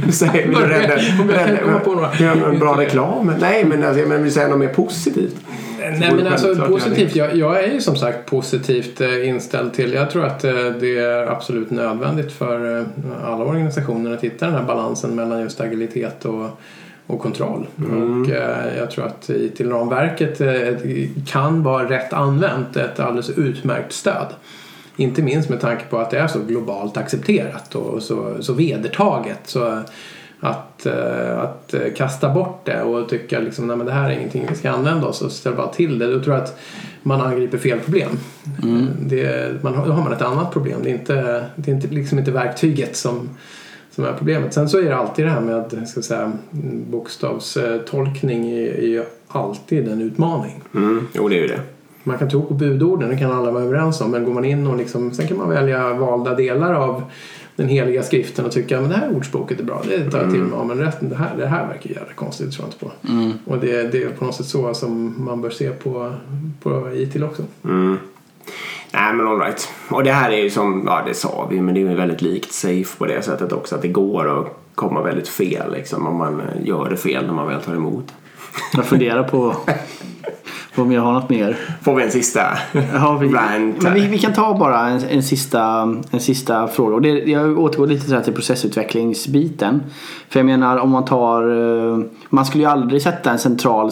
En bra reklam? Nej, men vill säga något mer positivt. Nej, men alltså positivt. Jag är ju som sagt positivt inställd till. Jag tror att det är absolut nödvändigt för alla organisationer att hitta den här balansen mellan just agilitet och kontroll. Och jag tror att till ramverket kan vara rätt använt ett alldeles utmärkt stöd. Inte minst med tanke på att det är så globalt accepterat och så vedertaget. Så att kasta bort det och tycka liksom, nej, men det här är ingenting vi ska använda oss och ställa bara till det. Då tror jag att man angriper fel problem. Då har man ett annat problem. Det är inte verktyget som är problemet. Sen så är det alltid det här med bokstavstolkning är ju alltid en utmaning. Jo, det är ju det. Man kan tro på budorden, det kan alla vara överens om, men går man in och liksom, sen kan man välja valda delar av den heliga skriften och tycka men det här ordspråket är bra, det tar jag till mig, men resten, det här verkar jävla konstigt, det tror jag inte på. Och det är på något sätt så som man bör se på IT också. Nej, men all right. Och det här är ju som, ja det sa vi, men det är ju väldigt likt Safe på det sättet också, att det går att komma väldigt fel liksom, om man gör det fel när man väl tar emot. Jag funderar på om jag har något mer. Får vi en sista rant? Men vi kan ta bara en sista fråga. Och jag återgår lite till processutvecklingsbiten. För jag menar, om man man skulle ju aldrig sätta en central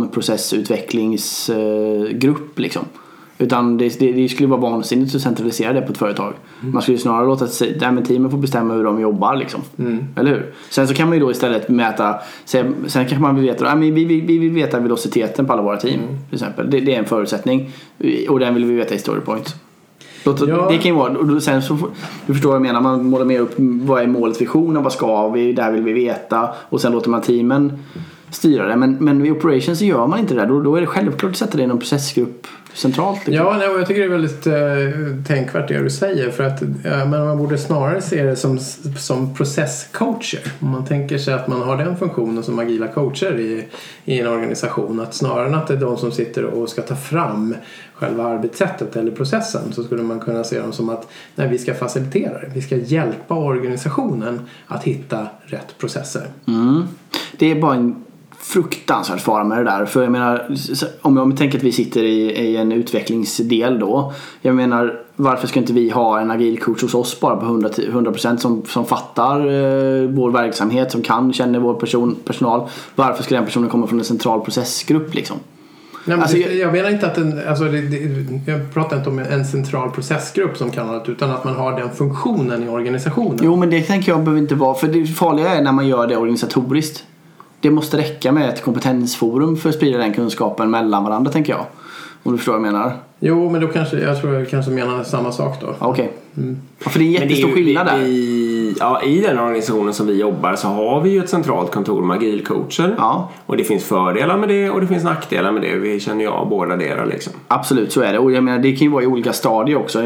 Scrum-processutvecklingsgrupp liksom. Utan det skulle vara vansinnigt att centralisera det på ett företag. Man skulle snarare låta teamen få bestämma hur de jobbar liksom. Eller hur? Sen så kan man ju då istället mäta, sen kanske man vill veta vi vill veta velociteten på alla våra team till exempel. Det är en förutsättning och den vill vi veta i Storypoint. Det kan ju vara, sen så du förstår vad jag menar, man målar med upp vad är målet, visionen, vad ska vi, där vill vi veta, och sen låter man teamen styra det, men i operations så gör man inte det. Då är det självklart att sätta det i någon processgrupp centralt. Liksom. Ja, jag tycker det är väldigt tänkvärt det du säger, för att man borde snarare se det som processcoacher. Om man tänker sig att man har den funktionen som agila coacher i en organisation, att snarare än att det är de som sitter och ska ta fram själva arbetssättet eller processen, så skulle man kunna se dem som att vi ska facilitera det. Vi ska hjälpa organisationen att hitta rätt processer. Det är bara en fruktansvärt fara med det där. För jag menar, om jag tänker att vi sitter i en utvecklingsdel då. Jag menar, varför ska inte vi ha en agil coach hos oss bara på 100% som fattar vår verksamhet, som känner vår personal. Varför ska den personen komma från en central processgrupp liksom? Nej, men jag menar inte att jag pratar inte om en central processgrupp som kan allt, utan att man har den funktionen i organisationen. Jo, men det tänker jag behöver inte vara, för det farliga är när man gör det organisatoriskt. Det måste räcka med ett kompetensforum för att sprida den kunskapen mellan varandra, tänker jag. Om du förstår vad jag menar. Jo, men då jag tror jag kanske menar samma sak då. Okej. Ja, för det är en jättestor skillnad där. i den organisationen som vi jobbar så har vi ju ett centralt kontor med agilcoacher. Ja. Och det finns fördelar med det och det finns nackdelar med det. Vi känner ju av båda delar liksom. Absolut, så är det. Och jag menar, det kan ju vara i olika stadier också.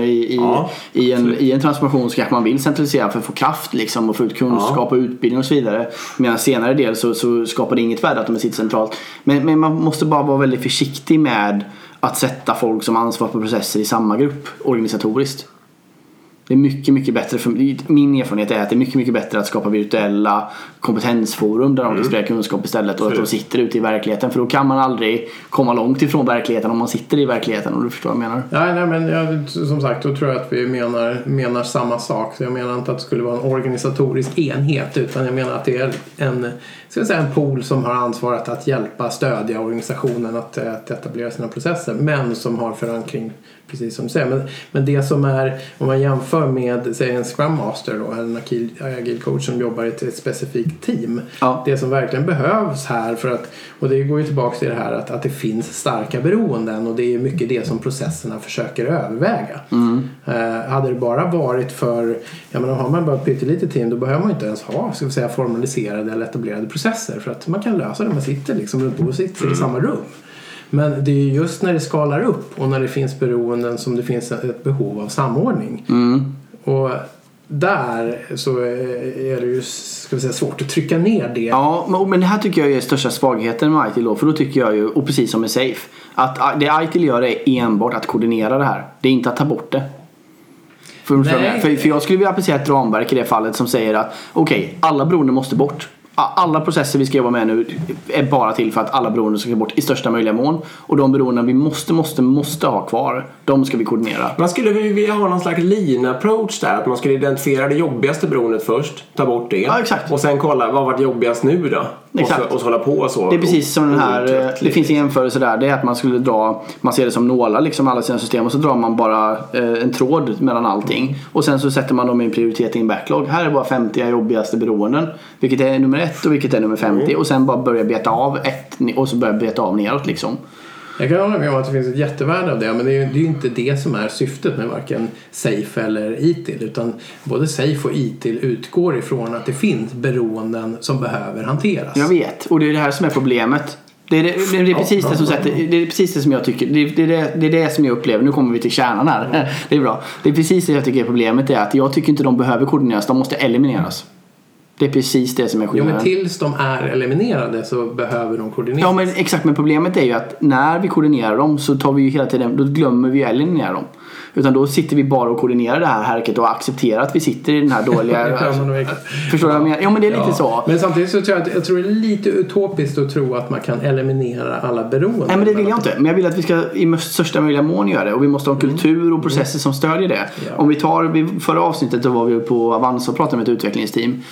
I en transformation så kanske man vill centralisera för att få kraft liksom, och få ut kunskap och utbildning och så vidare. Medan senare del så skapar det inget värde att de sitter centralt. Men man måste bara vara väldigt försiktig med att sätta folk som ansvar på processer i samma grupp organisatoriskt. Det är mycket, mycket bättre. Min erfarenhet är att det är mycket, mycket bättre att skapa virtuella kompetensforum där de kan sprida kunskap istället och att de sitter ute i verkligheten. För då kan man aldrig komma långt ifrån verkligheten om man sitter i verkligheten, om du förstår vad jag menar. Nej, men som sagt, då tror jag att vi menar samma sak. Så jag menar inte att det skulle vara en organisatorisk enhet, utan jag menar att det är en pool som har ansvaret att hjälpa, stödja organisationen att etablera sina processer, men som har förankring, precis som du säger. Men det som är, om man jämför med, säg en Scrum Master då, eller en agil coach som jobbar i ett specifikt team. Ja. Det som verkligen behövs här för att, och det går ju tillbaka till det här att det finns starka beroenden, och det är mycket det som processerna försöker överväga. Hade det bara varit för, jag menar, har man bara ett pyttelitet team, då behöver man inte ens ha, ska vi säga, formaliserade eller etablerade processer, för att man kan lösa det, man sitter liksom runt och sitter i samma rum. Men det är just när det skalar upp och när det finns beroenden som det finns ett behov av samordning. Och där så är det ju, ska vi säga, svårt att trycka ner det. Ja, men det här tycker jag är största svagheten med ITIL då. För då tycker jag ju, och precis som med SAFE, att det ITIL gör är enbart att koordinera det här. Det är inte att ta bort det. För jag skulle vilja applicera ett ramverk i det fallet som säger att okej, alla beroenden måste bort. Alla processer vi ska jobba med nu är bara till för att alla beroenden ska bort i största möjliga mån. Och de beroenden vi måste ha kvar, de ska vi koordinera. Man skulle vilja ha någon slags lean approach där. Att man skulle identifiera det jobbigaste beroendet först, ta bort det. Ja, exakt. Och sen kolla, vad var jobbigast nu då? Och så hålla på så. Det är precis som den här, det finns en jämförelse där. Det är att man skulle dra, man ser det som nålar liksom, alla sina system, och så drar man bara en tråd mellan allting. Och sen så sätter man dem i en prioritet i en backlog. Här är bara 50 jobbigaste beroenden, vilket är nummer 1 och vilket är nummer 50. Och sen bara börja beta av ett och så börja beta av neråt liksom. Jag kan hålla med om att det finns ett jättevärde av det, men det är ju inte det som är syftet med varken SAFE eller ITIL, utan både SAFE och ITIL utgår ifrån att det finns beroenden som behöver hanteras. Jag vet, och det är det här som är problemet. Det är precis det som sätter, det är precis det som jag tycker, det är det som jag upplever. Nu kommer vi till kärnan här. Det är bra. Det är precis det jag tycker är problemet, är att jag tycker inte de behöver koordineras, de måste elimineras. Det är precis det som är skillnaden. Jo, men tills de är eliminerade så behöver de koordineras. Ja, men exakt. Men problemet är ju att när vi koordinerar dem så tar vi ju hela tiden, då glömmer vi att eliminera dem. Utan då sitter vi bara och koordinerar det här härket och accepterar att vi sitter i den här dåliga... Förstår du vad jag menar? Ja, men det är lite så. Men samtidigt så tror jag det är lite utopiskt att tro att man kan eliminera alla beroenden. Nej, men det vill jag inte. Men jag vill att vi ska i största möjliga mån göra det. Och vi måste ha en kultur och processer som stödjer det. Ja. Om vi tar, förra avsnittet då var vi på Avanza och pratade med ett utvecklingsteam.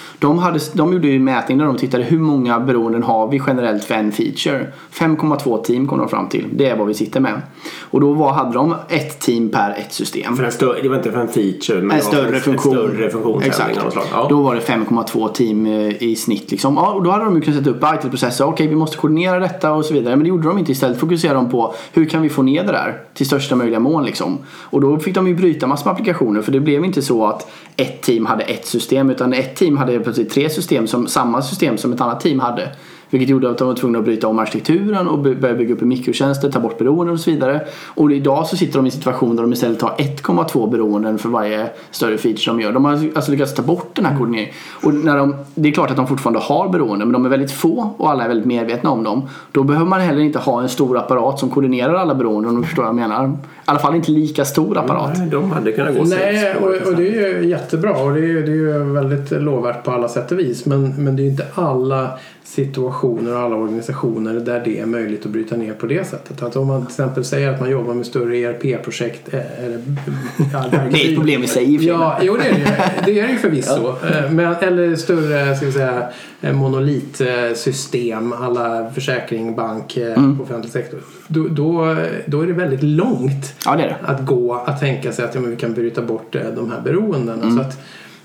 De gjorde ju en mätning där de tittade hur många beroenden har vi generellt för en feature. 5,2 team kom de fram till. Det är vad vi sitter med. Och då hade de ett team per ett system. Det var inte för en feature, men en större funktion. Större funktion. Exakt. Ja. Då var det 5,2 team i snitt liksom. Ja, och då hade de ju kunnat sätta upp ITIL-processer. Okej, vi måste koordinera detta och så vidare. Men det gjorde de inte. Istället fokuserade de på hur kan vi få ner det där till största möjliga mån liksom. Och då fick de ju bryta massor med applikationer. För det blev inte så att ett team hade ett system, utan ett team hade plötsligt 3 system, som samma system som ett annat team hade. Vilket gjorde att de var tvungna att bryta om arkitekturen och börja bygga upp mikrotjänster, ta bort beroenden och så vidare. Och idag så sitter de i en situation där de istället har 1,2 beroenden för varje större feature de gör. De har alltså lyckats ta bort den här koordineringen. Och det är klart att de fortfarande har beroenden, men de är väldigt få och alla är väldigt medvetna om dem. Då behöver man heller inte ha en stor apparat som koordinerar alla beroenden, om du förstår vad jag menar. I alla fall inte lika stor apparat. Nej, de hade kunnat gå Nej, och det är ju jättebra och det är ju väldigt lovvärt på alla sätt och vis. Men det är ju inte alla situationer och alla organisationer där det är möjligt att bryta ner på det sättet. Att om man till exempel säger att man jobbar med större ERP-projekt eller, det är ett problem i sig. Ja, jo, det är det ju förvisso. Men, eller större, ska vi säga, monolitsystem, alla försäkring, bank, offentlig sektor. Då är det väldigt långt det är det. att tänka sig att vi kan bryta bort de här beroendena. Så att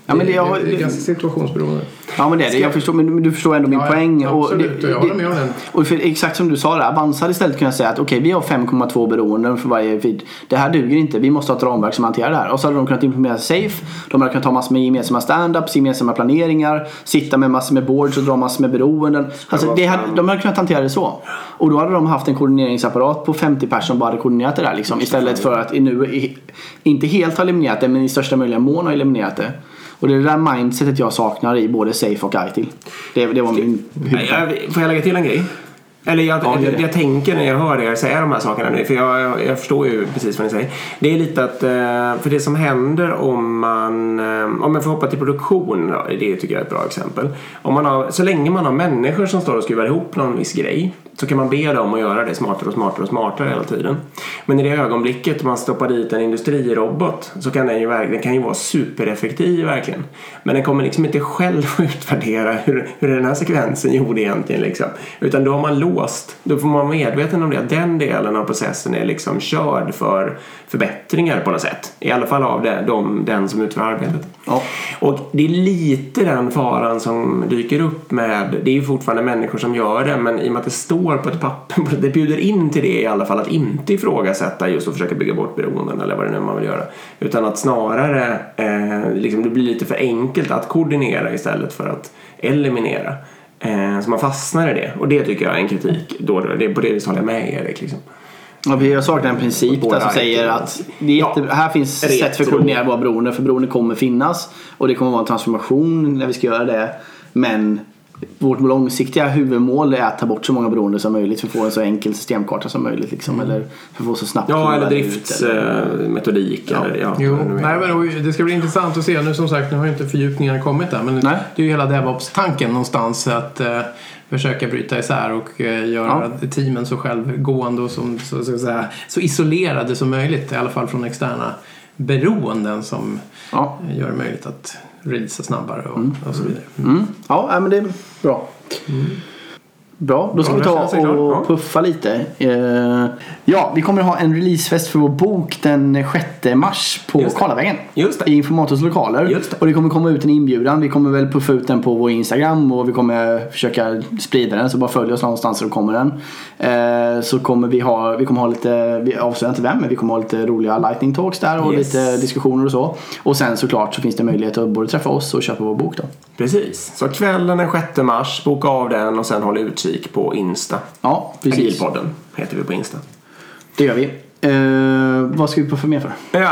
Ja, men det är ganska situationsberoende. Ja, men det är det. Jag förstår, men du förstår ändå min poäng. Absolut, och jag håller med om den. Och för, exakt som du sa där, Avanza hade istället kunnat säga att okej, vi har 5,2 beroenden för varje feed. Det här duger inte, vi måste ha ett ramverk som hanterar det här. Och så hade de kunnat implementera Safe. De hade kunnat ta massor med gemensamma stand-ups, gemensamma planeringar, sitta med massor med boards och dra massor med beroenden. Alltså, de hade kunnat hantera det så. Och då hade de haft en koordineringsapparat på 50 personer som bara hade koordinerat det där liksom, istället för att nu inte helt ha eliminerat det, men i största möjliga mån ha eliminerat det. Och det är det där mindsetet jag saknar i både Safe och ITIL. Det var min huvud. Får jag lägga till en grej? Eller jag tänker när jag hör er säga de här sakerna nu, för jag förstår ju precis vad ni säger. Det är lite att, för det som händer om man får hoppa till produktion, det tycker jag är ett bra exempel. Så länge man har människor som står och skruvar ihop någon viss grej, så kan man be dem att göra det smartare hela tiden. Men i det ögonblicket man stoppar dit en industrirobot, så kan den kan ju vara supereffektiv verkligen. Men den kommer liksom inte själv utvärdera hur den här sekvensen gjorde egentligen liksom. Utan då har man låst. Då får man vara medveten om det, att den delen av processen är liksom körd för förbättringar på något sätt. I alla fall av den som utför arbetet. Ja. Och det är lite den faran som dyker upp med, det är ju fortfarande människor som gör det, men i och med att det står på ett papper, det bjuder in till det i alla fall, att inte ifrågasätta just att försöka bygga bort beroenden eller vad det nu man vill göra, utan att snarare liksom det blir lite för enkelt att koordinera istället för att eliminera, så man fastnar i det, och det tycker jag är en kritik då. Det är på det viset håller jag med Erik liksom. Ja, jag saknar en princip där som säger att här finns sätt för att koordinera våra beroende, för beroende kommer finnas och det kommer vara en transformation när vi ska göra det, men vårt långsiktiga huvudmål är att ta bort så många beroende som möjligt för att få en så enkel systemkarta som möjligt liksom, eller för att få så snabbt eller driftsmetodik det ska bli intressant att se nu, som sagt, nu har inte fördjupningarna kommit där, men det är ju hela DevOps-tanken någonstans att försöka bryta isär och göra teamen så självgående och så isolerade som möjligt, i alla fall från externa beroenden som gör det möjligt att releasa snabbare och så vidare. Ja, men det är bra. Bra, då ska vi ta och puffa lite. Vi kommer att ha en releasefest för vår bok den 6 mars på Karlavägen i Informators lokaler. Och det kommer komma ut en inbjudan. Vi kommer väl puffa ut den på vår Instagram och vi kommer försöka sprida den, så bara följ oss någonstans så kommer den. Så kommer vi kommer ha lite, vi avslöjar inte vem, men vi kommer ha lite roliga lightning talks där och lite diskussioner och så. Och sen såklart så finns det möjlighet att både träffa oss och köpa vår bok då. Precis, så kvällen den 6 mars, boka av den och sen håll utkik på Insta. Ja, precis. Agilpodden heter vi på Insta. Det gör vi. Vad ska vi på för mer för?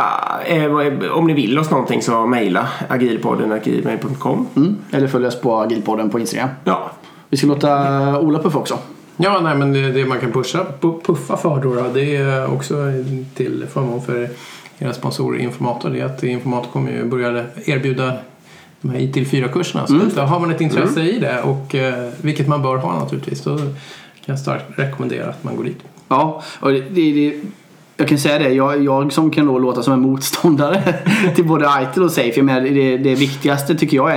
Om ni vill oss någonting så mejla agilpodden@gmail.com. Eller följ oss på Agilpodden på Instagram. Ja. Vi ska låta Ola puffa också. Ja, nej, men det man kan puffa för då, det är också till förmån för era sponsorer Informator. Det är att Informator kommer ju börja erbjuda de här ITIL-4-kurserna. Så har man ett intresse i det, och vilket man bör ha naturligtvis, då kan jag starkt rekommendera att man går dit. Ja, och jag kan säga det, jag som kan då låta som en motståndare till både ITIL och Safe, men det viktigaste tycker jag är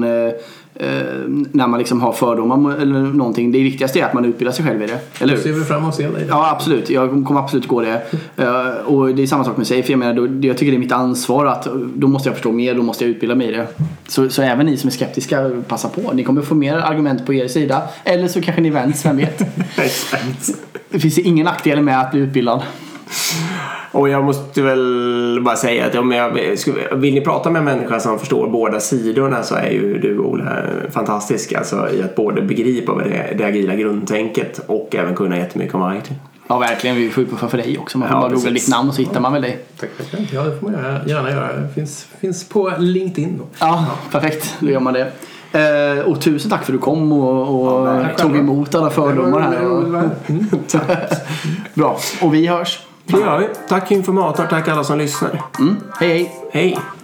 när man liksom har fördomar eller någonting, det viktigaste är att man utbildar sig själv i det. Eller hur? Ser vi fram och se dig. Ja, absolut. Jag kommer absolut gå det. Och det är samma sak med Safe. Jag menar, jag tycker det är mitt ansvar att då måste jag förstå mer, då måste jag utbilda mig i det. Så även ni som är skeptiska, passa på. Ni kommer få mer argument på er sida. Eller så kanske ni vänds, vem vet. Det finns ingen nackdel med att bli utbildad. Och jag måste väl bara säga att vill ni prata med en människa som förstår båda sidorna, så är ju du, Ola, fantastisk, alltså, i att både begripa vad det agila grundtänket och även kunna jättemycket om IT. Ja, verkligen. Vi får ju puffa för dig också. Man får bara googla ditt namn och så hittar man väl dig. Tack. Ja, det får man gärna göra. Finns på LinkedIn då. Ja, perfekt. Då gör man det. Och tusen tack för att du kom och tog emot alla fördomar här. Bra. Och vi hörs. Det gör vi. Tack Informator, tack alla som lyssnar. Hej hej. Hej.